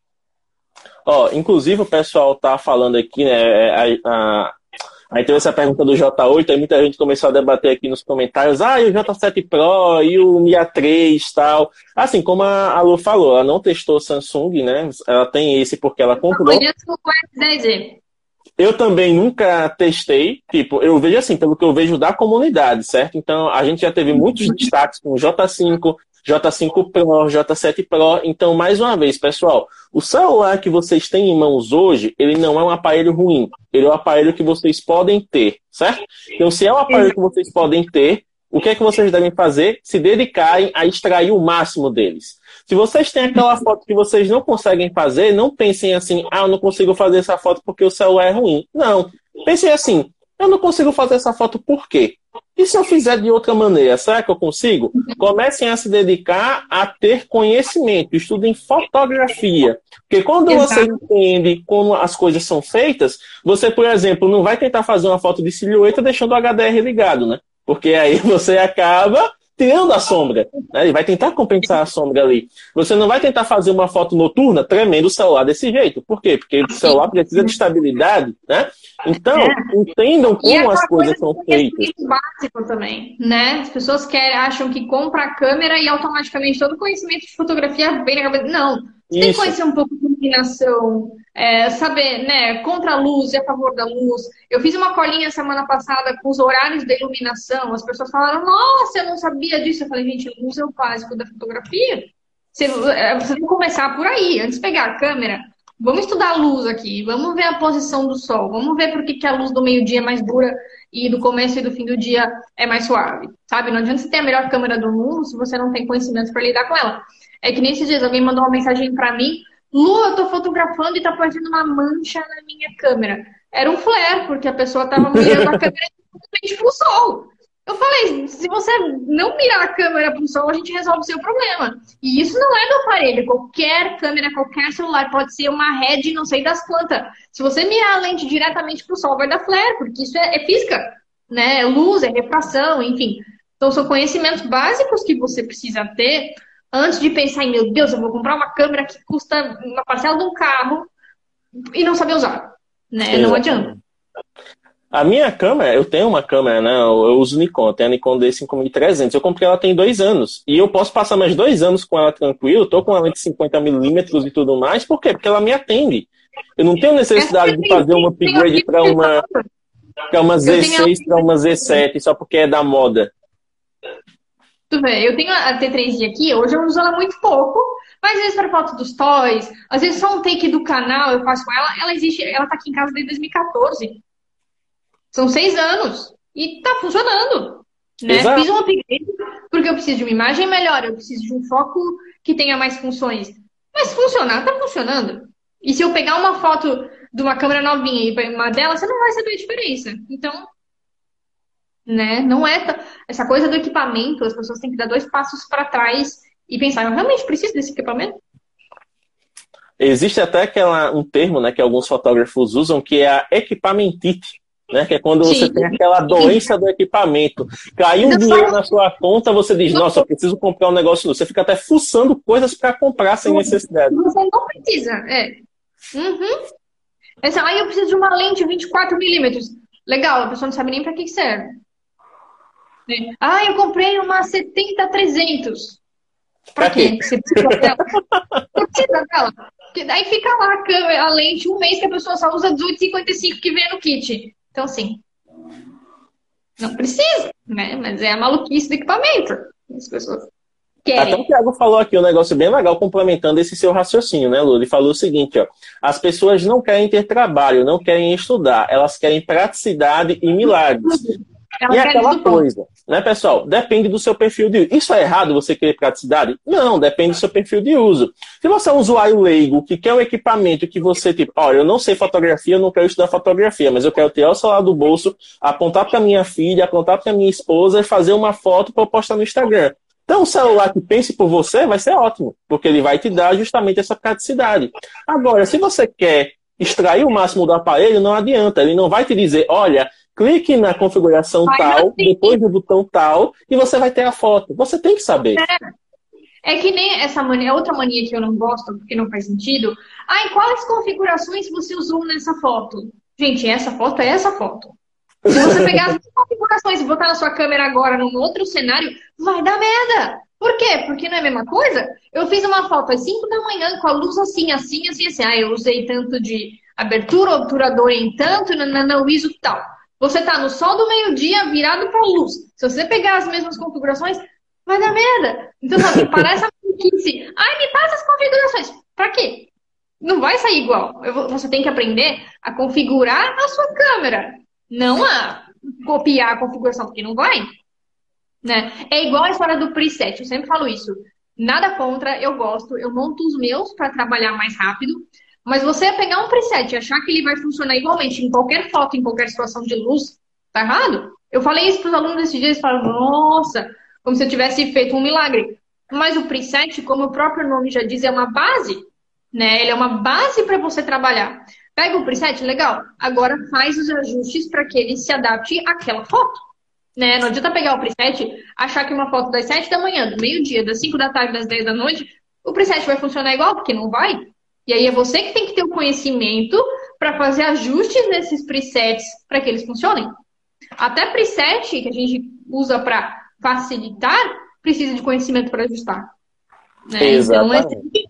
Speaker 1: Ó, inclusive o pessoal tá falando aqui, né, a, a, aí teve essa pergunta do J oito, aí muita gente começou a debater aqui nos comentários, ah, e o J sete Pro, e o Mi A três e tal. Assim, como a, a Lu falou, ela não testou o Samsung, né, ela tem esse porque ela
Speaker 2: Eu só
Speaker 1: comprou.
Speaker 2: conheço o S dez Z.
Speaker 1: Eu também nunca testei, tipo, eu vejo assim, pelo que eu vejo da comunidade, certo? Então, a gente já teve muitos destaques com o J cinco, J cinco Pro, J sete Pro. Então, mais uma vez, pessoal, o celular que vocês têm em mãos hoje, ele não é um aparelho ruim. Ele é um aparelho que vocês podem ter, certo? Então, se é um aparelho que vocês podem ter, o que é que vocês devem fazer? Se dedicarem a extrair o máximo deles. Se vocês têm aquela foto que vocês não conseguem fazer, não pensem assim, ah, eu não consigo fazer essa foto porque o celular é ruim. Não. Pensem assim, eu não consigo fazer essa foto por quê? E se eu fizer de outra maneira, será que eu consigo? Comecem a se dedicar a ter conhecimento, estudem fotografia. Porque quando
Speaker 2: Exato.
Speaker 1: você entende como as coisas são feitas, você, por exemplo, não vai tentar fazer uma foto de silhueta deixando o H D R ligado, né? Porque aí você acaba tirando a sombra, né? Ele vai tentar compensar a sombra ali. Você não vai tentar fazer uma foto noturna tremendo o celular desse jeito. Por quê? Porque o celular precisa de estabilidade, né? Então, entendam
Speaker 2: E é
Speaker 1: como as
Speaker 2: aquela
Speaker 1: coisas
Speaker 2: coisa
Speaker 1: são
Speaker 2: do
Speaker 1: feitas.
Speaker 2: conhecimento básico também, né? As pessoas querem, acham que compra a câmera e automaticamente todo conhecimento de fotografia vem na cabeça. Não. Você tem que
Speaker 1: Isso.
Speaker 2: conhecer um pouco de iluminação, é, saber, né, contra a luz e a favor da luz. Eu fiz uma colinha semana passada com os horários da iluminação. As pessoas falaram, nossa, eu não sabia disso. Eu falei, gente, luz é o básico da fotografia. Você, é, você tem que começar por aí, antes de pegar a câmera. Vamos estudar a luz aqui, vamos ver a posição do sol, vamos ver por que, que a luz do meio-dia é mais dura e do começo e do fim do dia é mais suave, sabe? Não adianta você ter a melhor câmera do mundo se você não tem conhecimento para lidar com ela. É que nesses dias alguém mandou uma mensagem para mim, Lu, eu tô fotografando e tá aparecendo uma mancha na minha câmera. Era um flare, porque a pessoa tava mirando a câmera simplesmente pro sol. Eu falei, se você não mirar a câmera pro sol, a gente resolve o seu problema. E isso não é do aparelho. Qualquer câmera, qualquer celular pode ser uma Red, não sei das quantas. Se você mirar a lente diretamente pro sol, vai dar flare, porque isso é, é física, né? É luz, é refração, enfim. Então são conhecimentos básicos que você precisa ter antes de pensar em, meu Deus, eu vou comprar uma câmera que custa uma parcela de um carro e não saber usar, né? Não adianta.
Speaker 1: A minha câmera, eu tenho uma câmera, né? Eu uso Nikon, eu tenho a Nikon D cinco mil e trezentos. Eu comprei ela tem dois anos. E eu posso passar mais dois anos com ela tranquilo. Tô com ela de cinquenta milímetros e tudo mais. Por quê? Porque ela me atende. Eu não tenho necessidade de fazer um upgrade para uma, pra uma Z seis, para uma Z sete, só porque é da moda.
Speaker 2: Tudo bem, eu tenho a T três i aqui, hoje eu uso ela muito pouco, mas às vezes para foto dos toys, às vezes só um take do canal eu faço com ela, ela existe, ela tá aqui em casa desde dois mil e quatorze. São seis anos e tá funcionando, né?
Speaker 1: Exato.
Speaker 2: Fiz um upgrade, porque Porque eu preciso de uma imagem melhor, eu preciso de um foco que tenha mais funções. Mas funcionar, tá funcionando. E se eu pegar uma foto de uma câmera novinha e pegar uma dela, você não vai saber a diferença. Então, né, não é t- essa coisa do equipamento, as pessoas têm que dar dois passos para trás e pensar, eu realmente preciso desse equipamento?
Speaker 1: Existe até aquela, um termo, né, que alguns fotógrafos usam, que é a equipamentite, né, que é quando você
Speaker 2: Sim.
Speaker 1: tem aquela doença do equipamento. Cai um
Speaker 2: Então,
Speaker 1: dinheiro na sua conta, você diz, nossa, eu preciso comprar um negócio novo. Você fica até fuçando coisas para comprar sem necessidade.
Speaker 2: você não precisa, é. Uhum. Essa, aí eu preciso de uma lente vinte e quatro milímetros. Legal, a pessoa não sabe nem para que que serve. Né? Ah, eu comprei uma setenta trezentos. Pra
Speaker 1: Pra quê?
Speaker 2: quê? Você precisa dela? Você precisa dela? Porque daí fica lá a, câmera, a lente um mês que a pessoa só usa dezoito e cinquenta e cinco que vem no kit. Então, assim, não precisa, né? Mas é a maluquice do equipamento. As pessoas
Speaker 1: Até o
Speaker 2: querem.
Speaker 1: Thiago falou aqui um negócio bem legal, complementando esse seu raciocínio, né, Lu? Ele falou o seguinte, ó, as pessoas não querem ter trabalho, não querem estudar, elas querem praticidade e milagres.
Speaker 2: Ela
Speaker 1: E é
Speaker 2: quer
Speaker 1: aquela
Speaker 2: do ponto.
Speaker 1: coisa, né, pessoal? Depende do seu perfil de uso. Isso é errado você querer praticidade? Não, depende do seu perfil de uso. Se você é um usuário leigo que quer um equipamento que você, tipo, olha, eu não sei fotografia, eu não quero estudar fotografia, mas eu quero tirar o celular do bolso, apontar para minha filha, apontar para minha esposa e fazer uma foto para postar no Instagram. Então, o celular que pense por você vai ser ótimo, porque ele vai te dar justamente essa praticidade. Agora, se você quer extrair o máximo do aparelho, não adianta. Ele não vai te dizer, olha, clique na configuração
Speaker 2: Faz
Speaker 1: tal,
Speaker 2: assim.
Speaker 1: depois do botão tal, e você vai ter a foto. Você tem que saber.
Speaker 2: É que nem essa mania, outra mania que eu não gosto, porque não faz sentido. Ai, quais configurações você usou nessa foto? Gente, essa foto é essa foto. Se você pegar as mesmas configurações e botar na sua câmera agora num outro cenário, vai dar merda. Por quê? Porque não é a mesma coisa? Eu fiz uma foto às cinco da manhã com a luz assim, assim, assim, assim. Ah, eu usei tanto de abertura, obturador em tanto, nanana, o ISO tal. Você tá no sol do meio-dia virado pra luz. Se você pegar as mesmas configurações, vai dar merda. Então, sabe, parece a maluquice. Ai, me passa as configurações. Pra quê? Não vai sair igual. Eu vou- Você tem que aprender a configurar a sua câmera. Não a copiar a configuração, porque não vai. Né? É igual a história do preset. Eu sempre falo isso. Nada contra, eu gosto. Eu monto os meus para trabalhar mais rápido. Mas você pegar um preset e achar que ele vai funcionar igualmente em qualquer foto, em qualquer situação de luz, tá errado. Eu falei isso para os alunos esses dias e falaram, nossa, como se eu tivesse feito um milagre. Mas o preset, como o próprio nome já diz, é uma base, né? Ele é uma base para você trabalhar. Pega o preset, legal. Agora faz os ajustes para que ele se adapte àquela foto. Né? Não adianta pegar o preset, achar que uma foto das sete da manhã, do meio-dia, das cinco da tarde, das dez da noite, o preset vai funcionar igual, porque não vai. E aí é você que tem que ter o conhecimento para fazer ajustes nesses presets para que eles funcionem. Até preset, que a gente usa para facilitar, precisa de conhecimento para ajustar. Né? Então é
Speaker 1: Exatamente.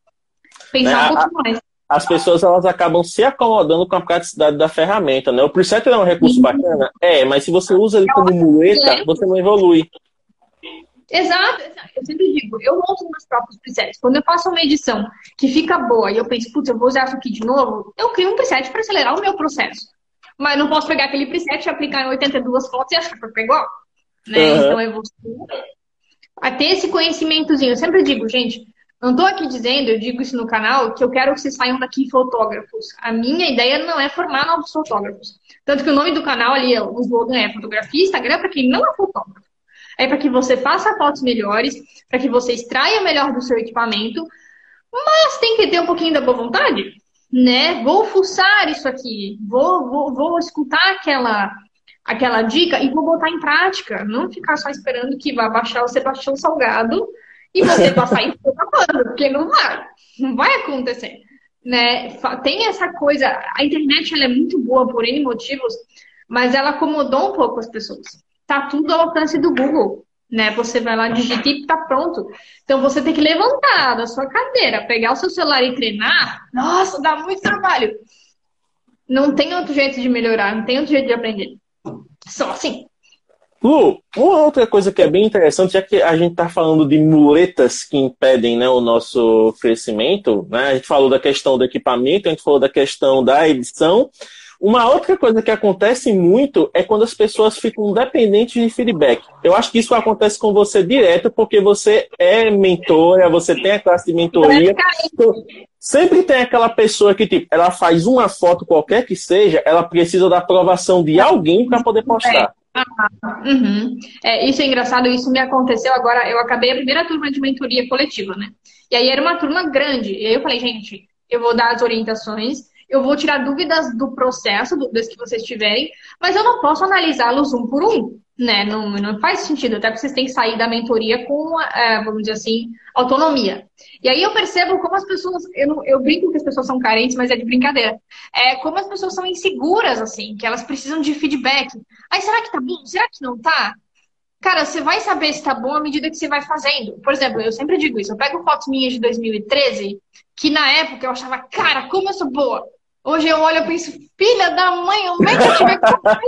Speaker 2: pensar
Speaker 1: Né?
Speaker 2: um pouco mais.
Speaker 1: As pessoas elas acabam se acomodando com a praticidade da ferramenta, né? O preset é um recurso bacana? É, mas se você usa ele como muleta, você não evolui.
Speaker 2: Exato, exato. Eu sempre digo, eu monto meus próprios presets. Quando eu faço uma edição que fica boa e eu penso, putz, eu vou usar isso aqui de novo, eu crio um preset para acelerar o meu processo. Mas não posso pegar aquele preset e aplicar em oitenta e duas fotos e achar que vai ficar igual. Né?
Speaker 1: Uhum.
Speaker 2: Então é você a ter esse conhecimentozinho. Eu sempre digo, gente, não tô aqui dizendo, eu digo isso no canal, que eu quero que vocês saiam daqui fotógrafos. A minha ideia não é formar novos fotógrafos. Tanto que o nome do canal ali, o slogan é Fotografia Instagram para quem não é fotógrafo. É para que você faça fotos melhores, para que você extraia melhor do seu equipamento, mas tem que ter um pouquinho da boa vontade, né? Vou fuçar isso aqui, vou, vou, vou escutar aquela, aquela dica e vou botar em prática. Não ficar só esperando que vá baixar o Sebastião Salgado e você passar em fotografando, porque não vai, não vai acontecer. Né? Tem essa coisa, a internet ela é muito boa por N motivos, mas ela acomodou um pouco as pessoas. Tá tudo ao alcance do Google, né? Você vai lá, digita e tá pronto. Então você tem que levantar da sua cadeira, pegar o seu celular e treinar. Nossa, dá muito trabalho. Não tem outro jeito de melhorar, não tem outro jeito de aprender. Só assim.
Speaker 1: Lu, uma outra coisa que é bem interessante, já que a gente está falando de muletas que impedem, né, o nosso crescimento, né? A gente falou da questão do equipamento, a gente falou da questão da edição. Uma outra coisa que acontece muito é quando as pessoas ficam dependentes de feedback. Eu acho que isso acontece com você direto, porque você é mentora, você tem a classe de mentoria. Então, sempre tem aquela pessoa que, tipo, ela faz uma foto qualquer que seja, ela precisa da aprovação de alguém para poder postar.
Speaker 2: Ah, uhum. É, isso é engraçado, isso me aconteceu agora. Eu acabei a primeira turma de mentoria coletiva, né? E aí era uma turma grande. E aí eu falei, gente, eu vou dar as orientações. Eu vou tirar dúvidas do processo, dúvidas que vocês tiverem, mas eu não posso analisá-los um por um, né? Não, não faz sentido, até porque vocês têm que sair da mentoria com, é, vamos dizer assim, autonomia. E aí eu percebo como as pessoas, eu, não, eu brinco que as pessoas são carentes, mas é de brincadeira. É como as pessoas são inseguras, assim, que elas precisam de feedback. Aí, será que tá bom? Será que não tá? Cara, você vai saber se tá bom à medida que você vai fazendo. Por exemplo, eu sempre digo isso, eu pego fotos minhas de dois mil e treze, que na época eu achava, cara, como eu sou boa. Hoje eu olho e penso, filha da mãe, onde é que eu tive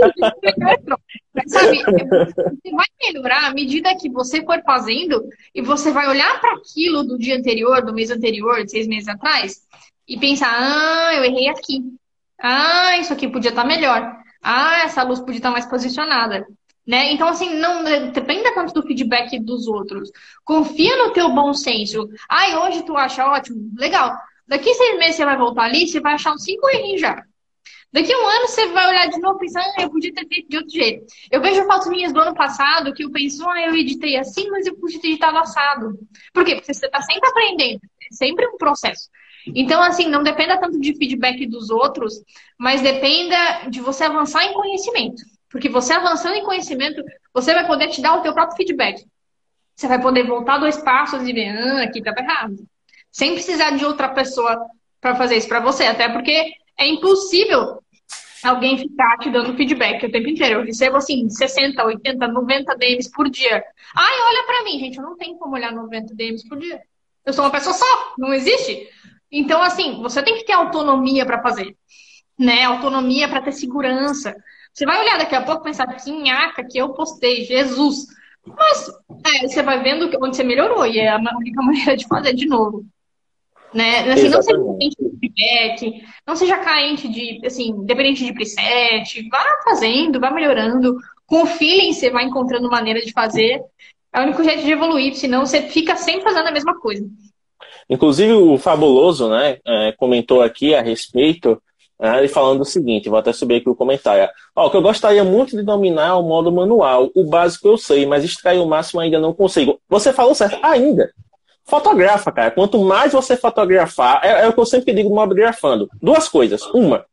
Speaker 2: que Mas, sabe, você vai melhorar à medida que você for fazendo e você vai olhar para aquilo do dia anterior, do mês anterior, de seis meses atrás, e pensar, ah, eu errei aqui. Ah, isso aqui podia estar melhor. Ah, essa luz podia estar mais posicionada. Né? Então, assim, não dependa tanto do feedback dos outros. Confia no teu bom senso. Ai, hoje tu acha ótimo, legal. Daqui seis meses você vai voltar ali, você vai achar uns cinco errinhos já. Daqui a um ano você vai olhar de novo e pensar, ah, eu podia ter feito de outro jeito. Eu vejo fotos minhas do ano passado que eu penso, ah, eu editei assim, mas eu podia ter editado assado. Por quê? Porque você está sempre aprendendo. É sempre um processo. Então, assim, não dependa tanto de feedback dos outros, mas dependa de você avançar em conhecimento. Porque você avançando em conhecimento, você vai poder te dar o teu próprio feedback. Você vai poder voltar dois passos e ver, ah, aqui estava errado. Sem precisar de outra pessoa para fazer isso para você. Até porque é impossível alguém ficar te dando feedback o tempo inteiro. Eu recebo, assim, sessenta, oitenta, noventa D Ms por dia. Ai, olha para mim, gente, eu não tenho como olhar noventa D Ms por dia. Eu sou uma pessoa só, não existe. Então, assim, você tem que ter autonomia para fazer. Né? Autonomia para ter segurança. Você vai olhar daqui a pouco e pensar, que nhaca que eu postei, Jesus. Mas é, você vai vendo onde você melhorou. E é a única maneira de fazer de novo. Né? Assim, não seja carente de feedback, não seja carente de, assim, dependente de preset, vá fazendo, vá melhorando, com o feeling você vai encontrando maneira de fazer, é o único jeito de evoluir, senão você fica sempre fazendo a mesma coisa.
Speaker 1: Inclusive o Fabuloso, né, é, comentou aqui a respeito, né, ele falando o seguinte, vou até subir aqui o comentário, ó, que eu gostaria muito de dominar o modo manual, o básico eu sei, mas extrair o máximo ainda não consigo. Você falou certo, ainda. Fotografa, cara. Quanto mais você fotografar, é, é o que eu sempre digo no Mobgrafando. Duas coisas. Uma,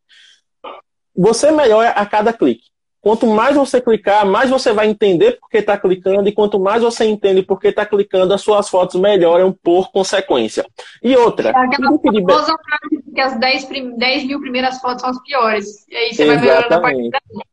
Speaker 1: você melhora a cada clique. Quanto mais você clicar, mais você vai entender por que está clicando, e quanto mais você entende por que está clicando, as suas fotos melhoram por consequência. E outra...
Speaker 2: É aquela famosa frase que as dez, dez mil primeiras fotos são as piores. E aí você vai melhorando a partir daí.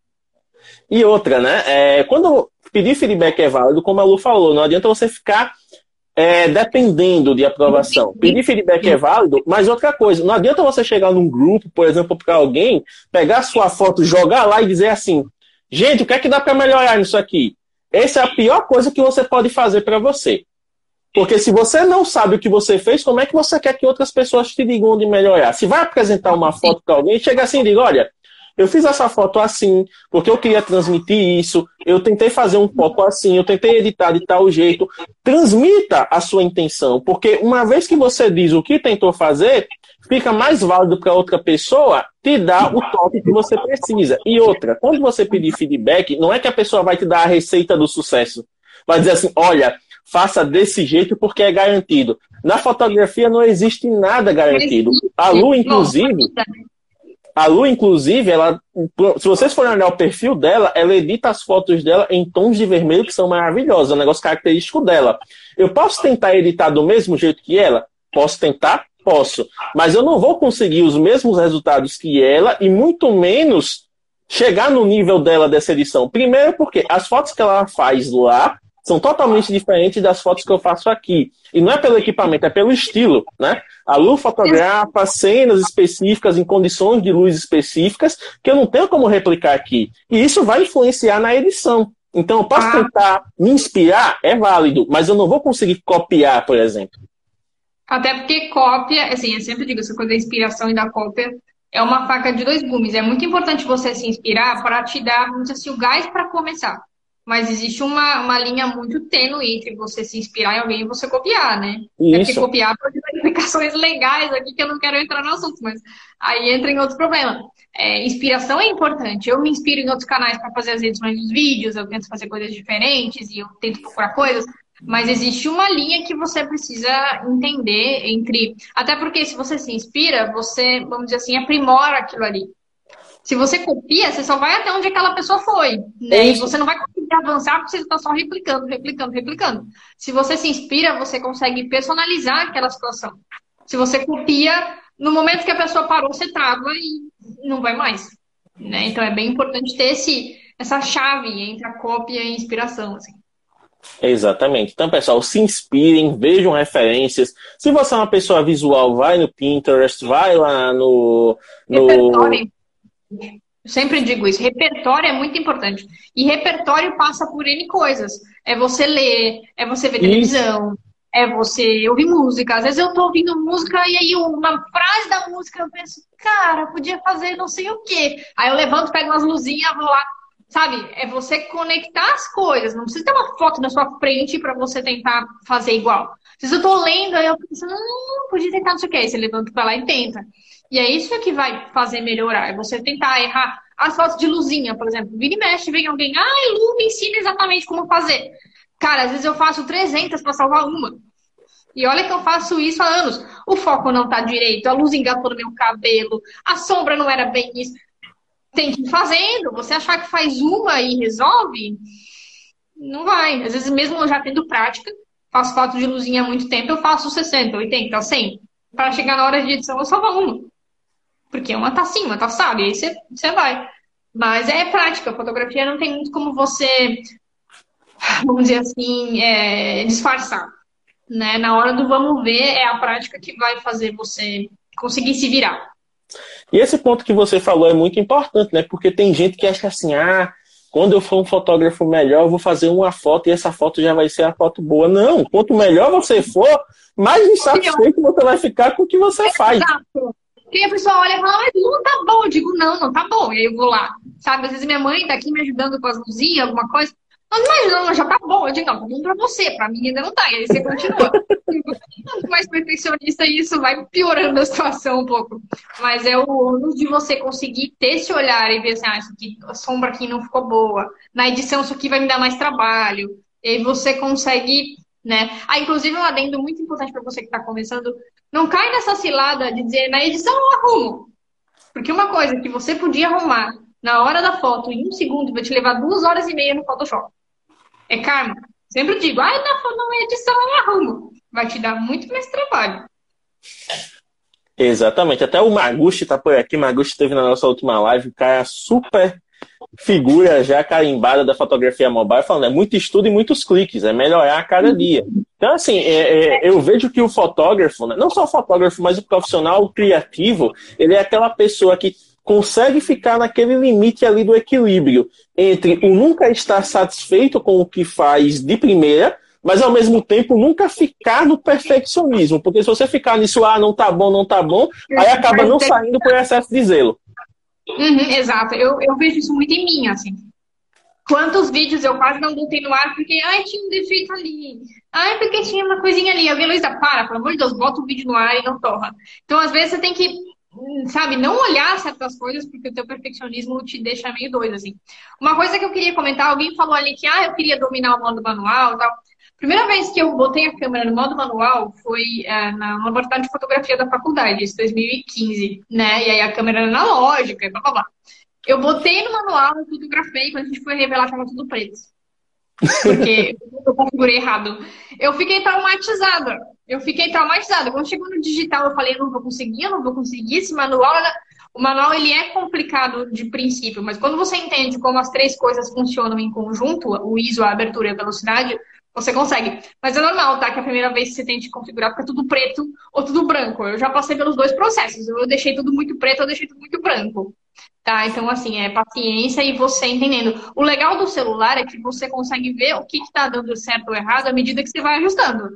Speaker 1: E outra, né? É, quando pedir feedback é válido, como a Lu falou, não adianta você ficar... É, dependendo de aprovação. Pedir feedback é válido, mas outra coisa, não adianta você chegar num grupo, por exemplo, para alguém, pegar sua foto, jogar lá e dizer assim, gente, o que é que dá para melhorar nisso aqui? Essa é a pior coisa que você pode fazer para você. Porque se você não sabe o que você fez, como é que você quer que outras pessoas te digam onde melhorar? Se vai apresentar uma foto para alguém, chega assim e diga, olha, eu fiz essa foto assim, porque eu queria transmitir isso, eu tentei fazer um foco assim, eu tentei editar de tal jeito. Transmita a sua intenção, porque uma vez que você diz o que tentou fazer, fica mais válido para outra pessoa te dar o toque que você precisa. E outra, quando você pedir feedback, não é que a pessoa vai te dar a receita do sucesso. Vai dizer assim, olha, faça desse jeito porque é garantido. Na fotografia não existe nada garantido. A Lu, inclusive... A Lu, inclusive, ela, se vocês forem olhar o perfil dela, ela edita as fotos dela em tons de vermelho que são maravilhosos, é um negócio característico dela. Eu posso tentar editar do mesmo jeito que ela? Posso tentar? Posso. Mas eu não vou conseguir os mesmos resultados que ela e muito menos chegar no nível dela dessa edição. Primeiro porque as fotos que ela faz lá são totalmente diferentes das fotos que eu faço aqui. E não é pelo equipamento, é pelo estilo, né? A Lu fotografa cenas específicas em condições de luz específicas que eu não tenho como replicar aqui. E isso vai influenciar na edição. Então eu posso tentar me inspirar, é válido, mas eu não vou conseguir copiar, por exemplo.
Speaker 2: Até porque cópia, assim, eu sempre digo, essa coisa da inspiração e da cópia É uma faca de dois gumes. É muito importante você se inspirar para te dar, vamos dizer assim, o gás para começar. Mas existe uma, uma linha muito tênue entre você se inspirar em alguém e você copiar, né? É porque
Speaker 1: Isso.
Speaker 2: copiar pode ter implicações legais aqui que eu não quero entrar no assunto, mas aí entra em outro problema. É, inspiração é importante. Eu me inspiro em outros canais para fazer as edições dos vídeos, eu tento fazer coisas diferentes e eu tento procurar coisas. Mas existe uma linha que você precisa entender entre. Até porque se você se inspira, você, vamos dizer assim, aprimora aquilo ali. Se você copia, você só vai até onde aquela pessoa foi,
Speaker 1: É
Speaker 2: né? E
Speaker 1: isso.
Speaker 2: você não vai conseguir avançar porque você está só replicando, replicando, replicando. Se você se inspira, você consegue personalizar aquela situação. Se você copia, no momento que a pessoa parou, você trava e não vai mais, né? Então é bem importante ter esse, essa chave entre a cópia e a inspiração, assim.
Speaker 1: Exatamente. Então, pessoal, se inspirem, vejam referências. Se você é uma pessoa visual, vai no Pinterest, vai lá no, no...
Speaker 2: Repertório. Eu sempre digo isso, repertório é muito importante. E repertório passa por N coisas. É você ler, é você ver
Speaker 1: Isso.
Speaker 2: televisão, é você ouvir música. Às vezes eu tô ouvindo música e aí uma frase da música eu penso, cara, podia fazer não sei o quê. Aí eu levanto, pego umas luzinhas, vou lá. Sabe? É você conectar as coisas. Não precisa ter uma foto na sua frente para você tentar fazer igual. Às vezes eu tô lendo, aí eu penso, hum, podia tentar não sei o quê. Aí você levanta pra lá e tenta. E é isso que vai fazer melhorar. É você tentar errar as fotos de luzinha, por exemplo. Vira e mexe, vem alguém, ah, Lu, me ensina exatamente como fazer. Cara, às vezes eu faço trezentas para salvar uma. E olha que eu faço isso há anos. O foco não tá direito, a luz engatou no meu cabelo, a sombra não era bem isso. Tem que ir fazendo. Você achar que faz uma e resolve, não vai. Às vezes, mesmo eu já tendo prática, faço foto de luzinha há muito tempo, eu faço sessenta, oitenta, cem. Para chegar na hora de edição, eu salvo uma. Porque uma tá assim, uma tá sabe, aí você, você vai. Mas é prática, fotografia não tem muito como você, vamos dizer assim, é, disfarçar. Né? Na hora do vamos ver, é a prática que vai fazer você conseguir se virar.
Speaker 1: E esse ponto que você falou é muito importante, né? Porque tem gente que acha assim, ah, quando eu for um fotógrafo melhor, eu vou fazer uma foto e essa foto já vai ser a foto boa. Não, quanto melhor você for, mais insatisfeito você vai ficar com o que você faz.
Speaker 2: Exato. Porque a pessoa olha e fala, mas não tá bom. Eu digo, não, não tá bom. E aí eu vou lá. Sabe, às vezes minha mãe tá aqui me ajudando com as luzinhas, alguma coisa. Mas imagina, já tá bom. Eu digo, não, tá bom pra você. Pra mim ainda não tá. E aí você continua. Quanto mais perfeccionista, isso vai piorando a situação um pouco. Mas é o ônus de você conseguir ter esse olhar e ver assim, ah, isso aqui, a sombra aqui não ficou boa. Na edição, isso aqui vai me dar mais trabalho. E aí você consegue, né? Ah, inclusive, um adendo muito importante para você que está começando, não cai nessa cilada de dizer, na edição eu arrumo. Porque uma coisa que você podia arrumar na hora da foto, em um segundo, vai te levar duas horas e meia no Photoshop. É karma. Sempre digo, ah, na, na edição eu arrumo. Vai te dar muito mais trabalho.
Speaker 1: Exatamente. Até o Maguchi tá por aqui. Maguchi esteve na nossa última live, o cara super figura já carimbada da fotografia mobile, falando, é muito estudo e muitos cliques, é melhorar a cada dia. Então, assim, é, é, eu vejo que o fotógrafo, né, não só o fotógrafo, mas o profissional o criativo, ele é aquela pessoa que consegue ficar naquele limite ali do equilíbrio entre o nunca estar satisfeito com o que faz de primeira, mas ao mesmo tempo nunca ficar no perfeccionismo, porque se você ficar nisso, ah, não tá bom, não tá bom, aí acaba não saindo por excesso de zelo.
Speaker 2: Uhum, exato, eu, eu vejo isso muito em mim, assim. Quantos vídeos eu quase não botei no ar porque, ai, tinha um defeito ali. Ai, porque tinha uma coisinha ali. Alguém, Luísa, para, pelo amor de Deus, bota o vídeo no ar e não torra. Então, às vezes, você tem que, sabe, não olhar certas coisas porque o teu perfeccionismo te deixa meio doido, assim. Uma coisa que eu queria comentar, alguém falou ali que, ah, eu queria dominar o modo manual e tal. Primeira vez que eu botei a câmera no modo manual foi é, na laboratório de fotografia da faculdade, isso dois mil e quinze, né? E aí a câmera era analógica e blá blá blá. Eu botei no manual, eu fotografei, quando a gente foi revelar, estava tudo preto. Porque eu configurei errado. Eu fiquei traumatizada. Eu fiquei traumatizada. Quando chegou no digital, eu falei, eu não vou conseguir, eu não vou conseguir. Esse manual, o manual ele é complicado de princípio, mas quando você entende como as três coisas funcionam em conjunto, o I S O, a abertura e a velocidade, você consegue. Mas é normal, tá? Que a primeira vez que você tente configurar fica tudo preto ou tudo branco. Eu já passei pelos dois processos. Eu deixei tudo muito preto, eu deixei tudo muito branco. Tá? Então, assim, é paciência e você entendendo. O legal do celular é que você consegue ver o que está dando certo ou errado à medida que você vai ajustando.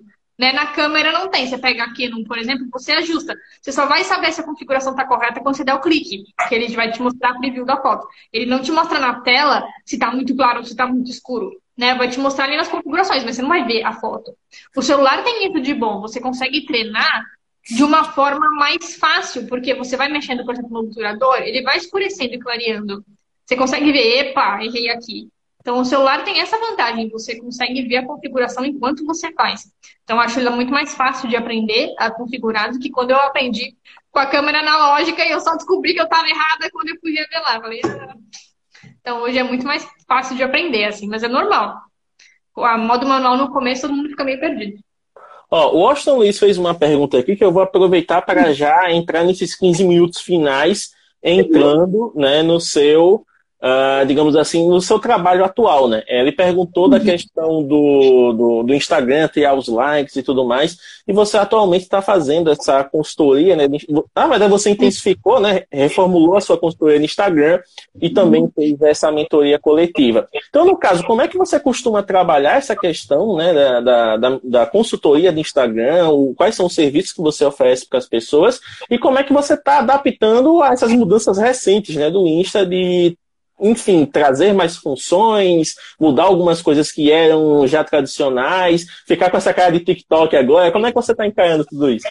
Speaker 2: Né? Na câmera não tem. Você pega aqui, por exemplo, você ajusta. Você só vai saber se a configuração está correta quando você der o clique, que ele vai te mostrar a preview da foto. Ele não te mostra na tela se está muito claro ou se está muito escuro. Né? Vai te mostrar ali nas configurações, mas você não vai ver a foto. O celular tem isso de bom. Você consegue treinar de uma forma mais fácil, porque você vai mexendo, por exemplo, no obturador, ele vai escurecendo e clareando. Você consegue ver, epa, errei aqui. Então, o celular tem essa vantagem, você consegue ver a configuração enquanto você faz. Então, eu acho ele muito mais fácil de aprender a configurar do que quando eu aprendi com a câmera analógica e eu só descobri que eu estava errada quando eu fui revelar. Falei, ah. Então, hoje é muito mais fácil de aprender, assim, mas é normal. A modo manual, no começo, todo mundo fica meio perdido.
Speaker 1: Ó, o Washington Luiz fez uma pergunta aqui que eu vou aproveitar para já entrar nesses quinze minutos finais, entrando, né, no seu... Uh, digamos assim, no seu trabalho atual, né? Ele perguntou da questão do, do, do Instagram, ter os likes e tudo mais, e você atualmente está fazendo essa consultoria, né? Na verdade, você intensificou, né? Reformulou a sua consultoria no Instagram e também fez essa mentoria coletiva. Então, no caso, como é que você costuma trabalhar essa questão, né, da, da, da consultoria do Instagram, o, quais são os serviços que você oferece para as pessoas, e como é que você está adaptando a essas mudanças recentes, né, do Insta, de enfim, trazer mais funções, mudar algumas coisas que eram já tradicionais, ficar com essa cara de TikTok agora. Como é que você está encarando tudo isso?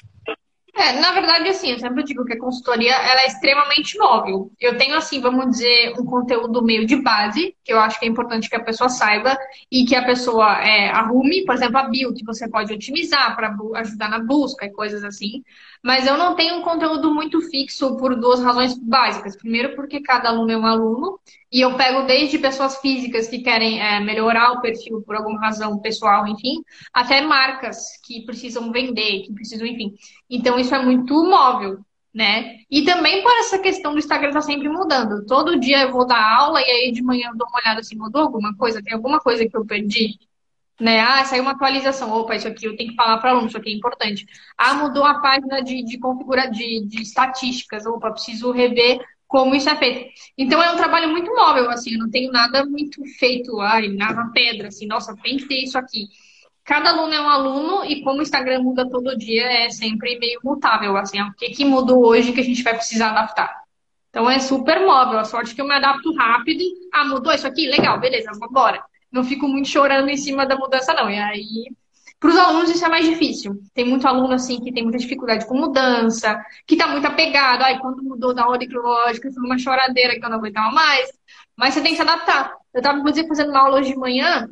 Speaker 2: É, na verdade, assim, eu sempre digo que a consultoria ela é extremamente móvel. Eu tenho, assim, vamos dizer, um conteúdo meio de base, que eu acho que é importante que a pessoa saiba e que a pessoa é, arrume, por exemplo, a bio, que você pode otimizar para ajudar na busca e coisas assim. Mas eu não tenho um conteúdo muito fixo por duas razões básicas. Primeiro, porque cada aluno é um aluno, e eu pego desde pessoas físicas que querem é, melhorar o perfil por alguma razão pessoal, enfim, até marcas que precisam vender, que precisam, enfim. Então, isso é muito móvel, né? E também por essa questão do Instagram estar sempre mudando. Todo dia eu vou dar aula e aí de manhã eu dou uma olhada se mudou alguma coisa, tem alguma coisa que eu perdi. Né? Ah, saiu uma atualização. Opa, isso aqui eu tenho que falar para o aluno, isso aqui é importante. Ah, mudou a página de, de configura de, de estatísticas. Opa, preciso rever como isso é feito. Então é um trabalho muito móvel, assim, eu não tenho nada muito feito, ai, na pedra, assim, nossa, tem que ter isso aqui. Cada aluno é um aluno e como o Instagram muda todo dia, é sempre meio mutável, assim, o que, que mudou hoje que a gente vai precisar adaptar. Então é super móvel, a sorte que eu me adapto rápido. Ah, mudou isso aqui? Legal, beleza, vamos embora. Não fico muito chorando em cima da mudança, não. E aí, para os alunos isso é mais difícil. Tem muito aluno, assim, que tem muita dificuldade com mudança, que está muito apegado. Ai, quando mudou da ordem cronológica, foi uma choradeira que eu não aguentava mais. Mas você tem que se adaptar. Eu estava, inclusive, fazendo uma aula hoje de manhã,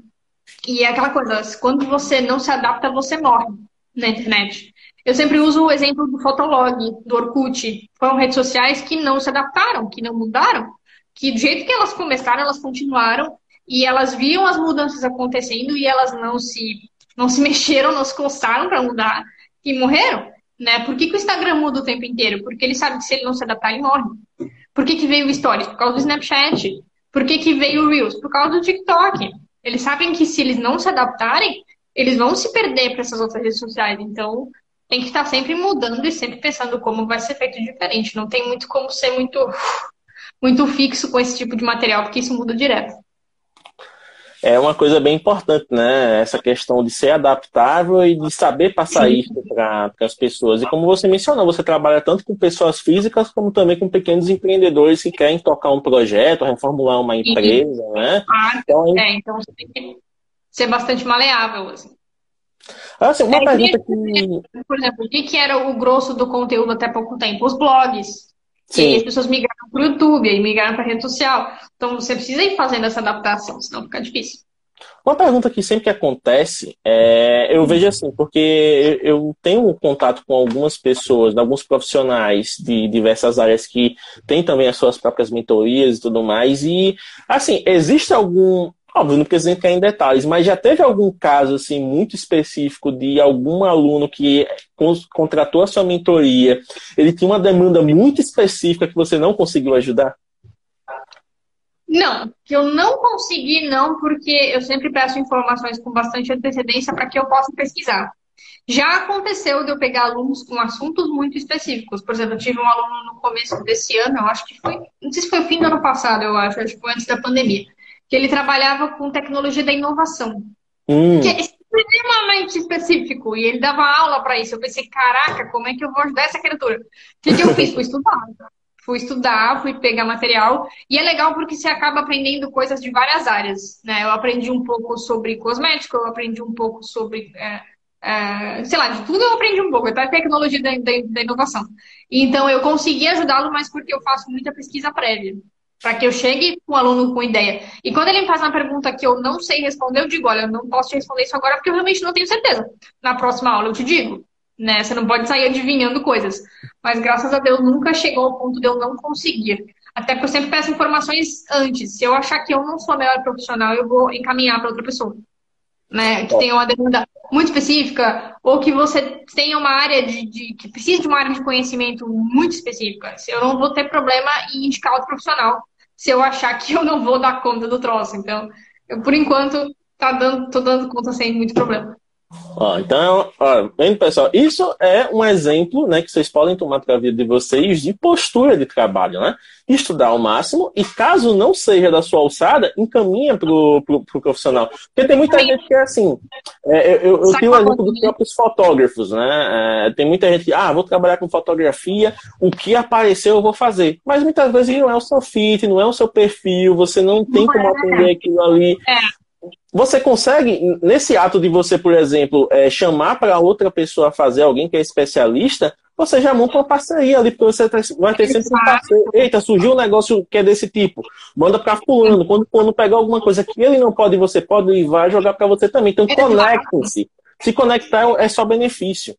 Speaker 2: e é aquela coisa, quando você não se adapta, você morre na internet. Eu sempre uso o exemplo do Fotolog, do Orkut. Foram redes sociais que não se adaptaram, que não mudaram, que do jeito que elas começaram, elas continuaram, e elas viam as mudanças acontecendo e elas não se, não se mexeram, não se coçaram para mudar e morreram. Né? Por que, que o Instagram muda o tempo inteiro? Porque ele sabe que se ele não se adaptar, ele morre. Por que, que veio o Stories? Por causa do Snapchat. Por que, que veio o Reels? Por causa do TikTok. Eles sabem que se eles não se adaptarem, eles vão se perder para essas outras redes sociais. Então, tem que estar sempre mudando e sempre pensando como vai ser feito diferente. Não tem muito como ser muito, muito fixo com esse tipo de material, porque isso muda direto.
Speaker 1: É uma coisa bem importante, né? Essa questão de ser adaptável e de saber passar isso para as pessoas. E como você mencionou, você trabalha tanto com pessoas físicas como também com pequenos empreendedores que querem tocar um projeto, reformular uma empresa, e, né?
Speaker 2: Ah, então, é, então você tem que ser bastante maleável, assim.
Speaker 1: Assim, uma
Speaker 2: é,
Speaker 1: pergunta
Speaker 2: que... Por exemplo, o que era o grosso do conteúdo até pouco tempo? Os blogs.
Speaker 1: Sim.
Speaker 2: E as pessoas migraram para o YouTube, aí migraram para a rede social. Então você precisa ir fazendo essa adaptação, senão fica difícil.
Speaker 1: Uma pergunta que sempre acontece, é, eu vejo assim, porque eu tenho contato com algumas pessoas, alguns profissionais de diversas áreas que têm também as suas próprias mentorias e tudo mais, e assim, existe algum... Óbvio, não precisa entrar em detalhes, mas já teve algum caso assim, muito específico de algum aluno que contratou a sua mentoria, ele tinha uma demanda muito específica que você não conseguiu ajudar?
Speaker 2: Não, que eu não consegui não, porque eu sempre peço informações com bastante antecedência para que eu possa pesquisar. Já aconteceu de eu pegar alunos com assuntos muito específicos. Por exemplo, eu tive um aluno no começo desse ano, eu acho que foi, não sei se foi o fim do ano passado, eu acho, acho que foi antes da pandemia, que ele trabalhava com tecnologia da inovação, hum. que é extremamente específico. público e ele dava aula para isso. Eu pensei, caraca, como é que eu vou ajudar essa criatura? O que, que eu fiz? Fui estudar. Fui estudar, fui pegar material. E é legal porque você acaba aprendendo coisas de várias áreas, né? Eu aprendi um pouco sobre cosmético, eu aprendi um pouco sobre... É, é, sei lá, de tudo eu aprendi um pouco, até a tecnologia da, da, da inovação. Então, eu consegui ajudá-lo, mas porque eu faço muita pesquisa prévia. Para que eu chegue com o aluno com ideia. E quando ele me faz uma pergunta que eu não sei responder, eu digo, olha, eu não posso te responder isso agora porque eu realmente não tenho certeza. Na próxima aula eu te digo. Né? Você não pode sair adivinhando coisas. Mas graças a Deus nunca chegou ao ponto de eu não conseguir. Até porque eu sempre peço informações antes. Se eu achar que eu não sou a melhor profissional, eu vou encaminhar para outra pessoa. Né? Que tenha uma demanda muito específica, ou que você tenha uma área de, de que precise de uma área de conhecimento muito específica. Eu não vou ter problema em indicar outro profissional se eu achar que eu não vou dar conta do troço. Então, eu, por enquanto, tá dando, tô dando conta sem muito problema.
Speaker 1: Ó, então, ó, vendo, pessoal, isso é um exemplo, né, que vocês podem tomar para a vida de vocês de postura de trabalho, né? Estudar ao máximo e, caso não seja da sua alçada, encaminha pro, pro, pro profissional. Porque tem muita gente que é assim, é, eu, eu, eu tenho o exemplo dos próprios fotógrafos, né? É, tem muita gente que, ah, vou trabalhar com fotografia, o que apareceu eu vou fazer. Mas muitas vezes não é o seu fit, não é o seu perfil, você não tem
Speaker 2: Não
Speaker 1: como
Speaker 2: é.
Speaker 1: atender aquilo ali.
Speaker 2: É.
Speaker 1: Você consegue, nesse ato de você, por exemplo, é, chamar para outra pessoa fazer, alguém que é especialista, você já monta uma parceria ali, porque você vai ter sempre um parceiro. Eita, surgiu um negócio que é desse tipo. Manda para fulano. Quando fulano pegar alguma coisa que ele não pode, você pode, e vai jogar para você também. Então, conectem-se. Se conectar é só benefício.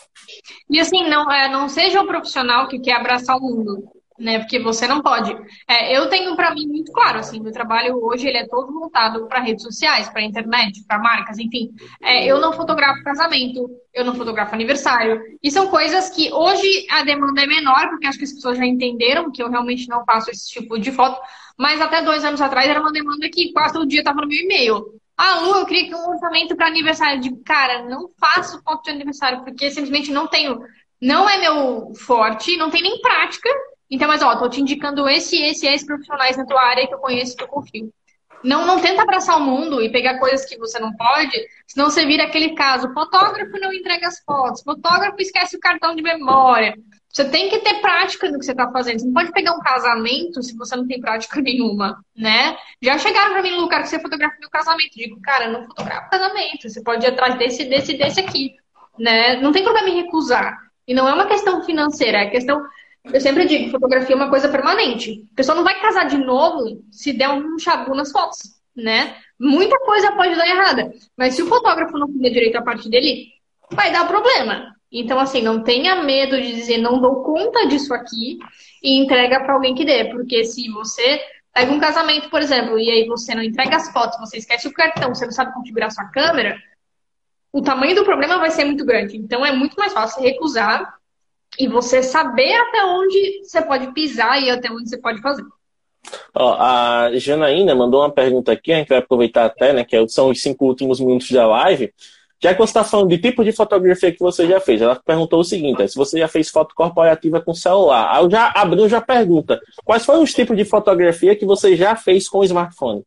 Speaker 2: E assim, não, é, não seja o profissional que quer abraçar o mundo, né? Porque você não pode. É, eu tenho para mim muito claro, assim, meu trabalho hoje ele é todo voltado para redes sociais, para internet, para marcas, enfim. É, eu não fotografo casamento, eu não fotografo aniversário. E são coisas que hoje a demanda é menor, porque acho que as pessoas já entenderam que eu realmente não faço esse tipo de foto. Mas até dois anos atrás era uma demanda que quase todo dia estava no meu e-mail. Ah, Lu, eu queria que um orçamento para aniversário. De cara, não faço foto de aniversário, porque simplesmente não tenho. Não é meu forte, não tem nem prática. Então, mas ó, tô te indicando esse, esse, esse profissionais na tua área que eu conheço, que eu confio. Não, não tenta abraçar o mundo e pegar coisas que você não pode, senão você vira aquele caso. Fotógrafo não entrega as fotos, fotógrafo esquece o cartão de memória. Você tem que ter prática no que você tá fazendo. Você não pode pegar um casamento se você não tem prática nenhuma, né? Já chegaram pra mim, Lu, cara, que você fotografa meu casamento. Eu digo, cara, eu não fotografo casamento. Você pode ir atrás desse, desse, desse aqui, né? Não tem problema em recusar. E não é uma questão financeira, é questão... Eu sempre digo, fotografia é uma coisa permanente. A pessoa não vai casar de novo se der um chabu nas fotos, né? Muita coisa pode dar errada. Mas se o fotógrafo não fizer direito a parte dele, vai dar problema. Então, assim, não tenha medo de dizer não dou conta disso aqui e entrega para alguém que dê. Porque se você pega um casamento, por exemplo, e aí você não entrega as fotos, você esquece o cartão, você não sabe configurar sua câmera, o tamanho do problema vai ser muito grande. Então, é muito mais fácil recusar e você saber até onde você pode pisar e até onde você pode fazer.
Speaker 1: Ó, a Janaína mandou uma pergunta aqui, a gente vai aproveitar até, né, que são os cinco últimos minutos da live. Já que você está falando de tipo de fotografia que você já fez, ela perguntou o seguinte, se você já fez foto corporativa com celular. Aí eu já abriu já pergunta, quais foram os tipos de fotografia que você já fez com o smartphone?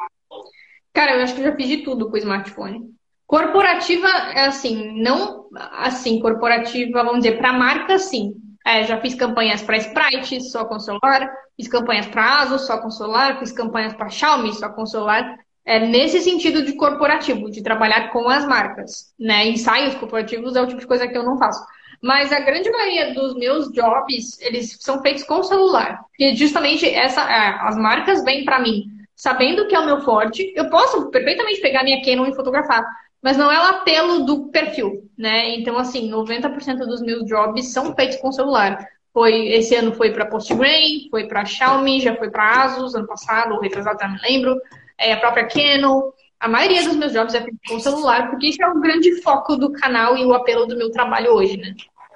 Speaker 2: Cara, eu acho que eu já fiz de tudo com o smartphone. Corporativa, é assim, não assim, corporativa, vamos dizer, para marca, sim. É, já fiz campanhas para Sprite, só com celular. Fiz campanhas para Asus, só com celular. Fiz campanhas para Xiaomi, só com celular. É nesse sentido de corporativo, de trabalhar com as marcas, né? Ensaios corporativos é o tipo de coisa que eu não faço. Mas a grande maioria dos meus jobs, eles são feitos com celular. Porque justamente essa, as marcas vêm para mim sabendo que é o meu forte. Eu posso perfeitamente pegar minha Canon e fotografar, mas não é o apelo do perfil, né? Então, assim, noventa por cento dos meus jobs são feitos com celular. Foi, esse ano foi para Postgrain, foi para Xiaomi, já foi para Asus, ano passado, ou retrasado, não me lembro. É, a própria Canon. A maioria dos meus jobs é feito com celular, porque isso é o grande foco do canal e o apelo do meu trabalho hoje, né?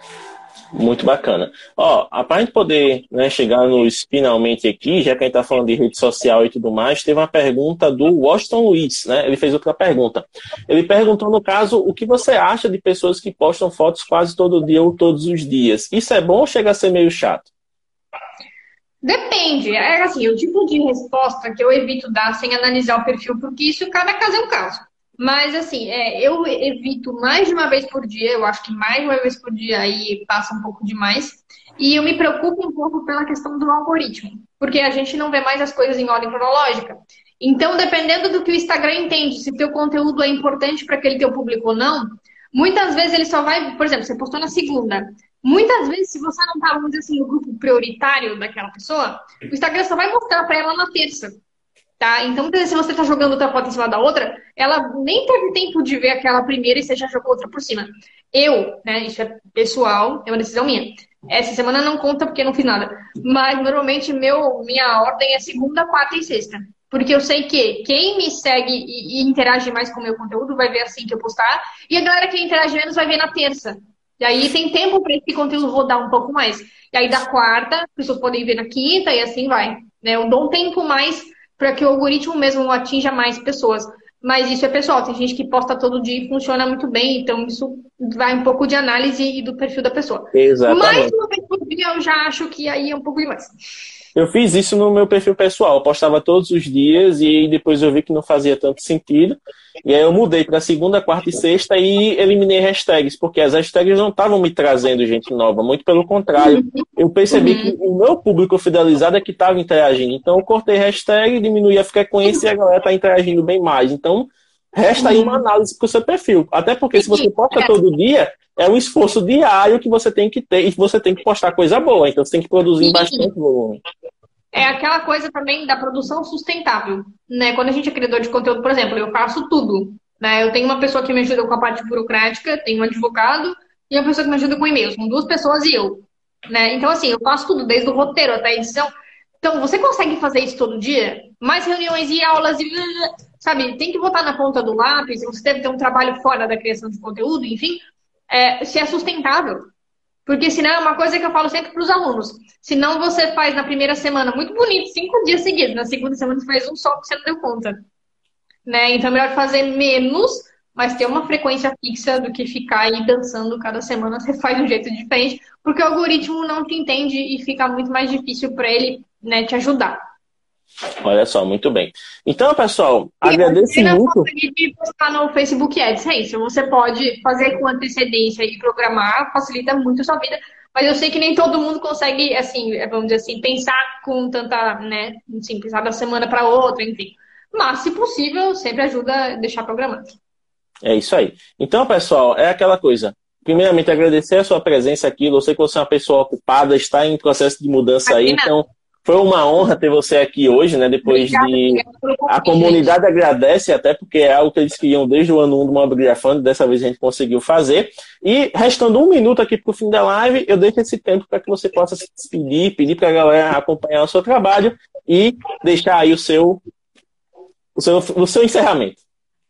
Speaker 1: Muito bacana. Ó, para a gente poder, né, chegar nos finalmente aqui, já que a gente está falando de rede social e tudo mais, teve uma pergunta do Washington Luiz, né? Ele fez outra pergunta. Ele perguntou, no caso, o que você acha de pessoas que postam fotos quase todo dia ou todos os dias? Isso é bom ou chega a ser meio chato?
Speaker 2: Depende. É assim, o tipo de resposta que eu evito dar sem analisar o perfil, porque isso cada caso é um caso. Mas, assim, é, eu evito mais de uma vez por dia, eu acho que mais de uma vez por dia aí passa um pouco demais. E eu me preocupo um pouco pela questão do algoritmo, porque a gente não vê mais as coisas em ordem cronológica. Então, dependendo do que o Instagram entende, se teu conteúdo é importante para aquele teu público ou não, muitas vezes ele só vai, por exemplo, você postou na segunda. Muitas vezes, se você não tá, vamos dizer assim, no grupo prioritário daquela pessoa, o Instagram só vai mostrar para ela na terça. Tá? Então, muitas vezes, se você está jogando outra foto em cima da outra, ela nem teve tempo de ver aquela primeira e você já jogou outra por cima. Eu, né, isso é pessoal, é uma decisão minha. Essa semana não conta porque eu não fiz nada. Mas, normalmente, meu, minha ordem é segunda, quarta e sexta. Porque eu sei que quem me segue e, e interage mais com o meu conteúdo vai ver assim que eu postar. E a galera que interage menos vai ver na terça. E aí tem tempo para esse conteúdo rodar um pouco mais. E aí da quarta, as pessoas podem ver na quinta e assim vai. Né? Eu dou um tempo mais para que o algoritmo mesmo atinja mais pessoas. Mas isso é pessoal, tem gente que posta todo dia e funciona muito bem, então isso vai um pouco de análise e do perfil da pessoa.
Speaker 1: Exatamente.
Speaker 2: Mais uma vez por dia eu já acho que aí é um pouco demais.
Speaker 1: Eu fiz isso no meu perfil pessoal, eu postava todos os dias e depois eu vi que não fazia tanto sentido. E aí eu mudei para segunda, quarta e sexta e eliminei hashtags, porque as hashtags não estavam me trazendo gente nova, muito pelo contrário. Eu percebi uhum. que o meu público fidelizado é que estava interagindo. Então eu cortei hashtag, diminuí a frequência e a galera está interagindo bem mais. Então resta aí uma análise para o seu perfil. Até porque se você posta todo dia, é um esforço diário que você tem que ter e você tem que postar coisa boa. Então você tem que produzir bastante volume.
Speaker 2: É aquela coisa também da produção sustentável, né? Quando a gente é criador de conteúdo, por exemplo, eu faço tudo, né? Eu tenho uma pessoa que me ajuda com a parte burocrática, tenho um advogado e uma pessoa que me ajuda com e-mails. São duas pessoas e eu, né? Então, assim, eu faço tudo, desde o roteiro até a edição. Então, você consegue fazer isso todo dia? Mais reuniões e aulas e... Sabe, tem que botar na ponta do lápis, você deve ter um trabalho fora da criação de conteúdo, enfim, é, se é sustentável. Porque senão é uma coisa que eu falo sempre para os alunos. Senão você faz na primeira semana muito bonito, cinco dias seguidos. Na segunda semana você faz um só que você não deu conta. Né? Então é melhor fazer menos, mas ter uma frequência fixa do que ficar aí dançando cada semana. Você faz de um jeito diferente, porque o algoritmo não te entende e fica muito mais difícil para ele, né, te ajudar.
Speaker 1: Olha só, muito bem. Então, pessoal, e agradeço muito.
Speaker 2: De postar no Facebook AdSense, você pode fazer com antecedência e programar, facilita muito a sua vida. Mas eu sei que nem todo mundo consegue, assim, vamos dizer assim, pensar com tanta, né, assim, pensar da semana para outra, enfim. Mas, se possível, sempre ajuda a deixar programado.
Speaker 1: É isso aí. Então, pessoal, é aquela coisa. Primeiramente, agradecer a sua presença aqui. Eu sei que você é uma pessoa ocupada, está em processo de mudança aí, então... Foi uma honra ter você aqui hoje, né? Depois obrigada, de... A comunidade agradece, até porque é algo que eles queriam desde o ano um do Mobgrafando, dessa vez a gente conseguiu fazer. E restando um minuto aqui para o fim da live, eu deixo esse tempo para que você possa se despedir, pedir para a galera acompanhar o seu trabalho e deixar aí o seu, o seu, o seu encerramento.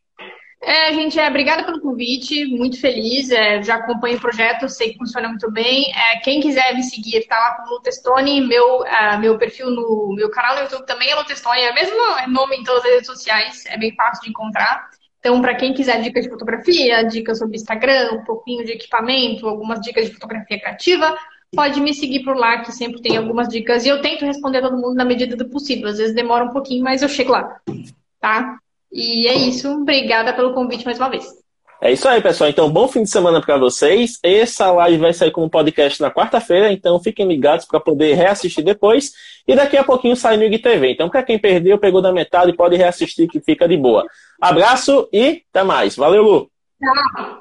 Speaker 2: É, gente, é, obrigada pelo convite, muito feliz, é, já acompanho o projeto, sei que funciona muito bem. É, quem quiser me seguir, tá lá com o Lutestone, meu, uh, meu perfil no meu canal no YouTube também é Lutestone, é o mesmo nome em todas as redes sociais, é bem fácil de encontrar. Então, para quem quiser dicas de fotografia, dicas sobre Instagram, um pouquinho de equipamento, algumas dicas de fotografia criativa, pode me seguir por lá, que sempre tem algumas dicas. E eu tento responder todo mundo na medida do possível, às vezes demora um pouquinho, mas eu chego lá, tá? E é isso. Obrigada pelo convite mais uma vez.
Speaker 1: É isso aí, pessoal. Então, bom fim de semana para vocês. Essa live vai sair como podcast na quarta-feira, então fiquem ligados para poder reassistir depois. E daqui a pouquinho sai no I G T V. Então, para quem perdeu, pegou da metade, pode reassistir que fica de boa. Abraço e até mais. Valeu, Lu.
Speaker 2: Tchau.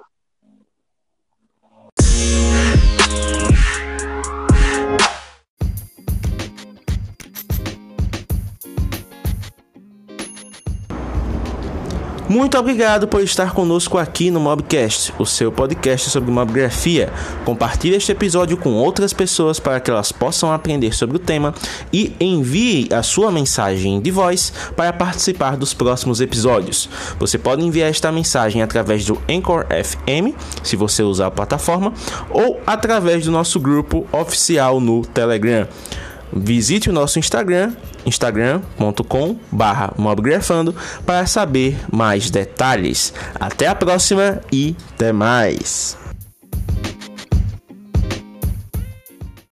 Speaker 3: Muito obrigado por estar conosco aqui no Mobcast, o seu podcast sobre mobgrafia. Compartilhe este episódio com outras pessoas para que elas possam aprender sobre o tema e envie a sua mensagem de voz para participar dos próximos episódios. Você pode enviar esta mensagem através do Anchor F M, se você usar a plataforma, ou através do nosso grupo oficial no Telegram. Visite o nosso Instagram, instagram ponto com barra mobgrafando, para saber mais detalhes. Até a próxima e até mais!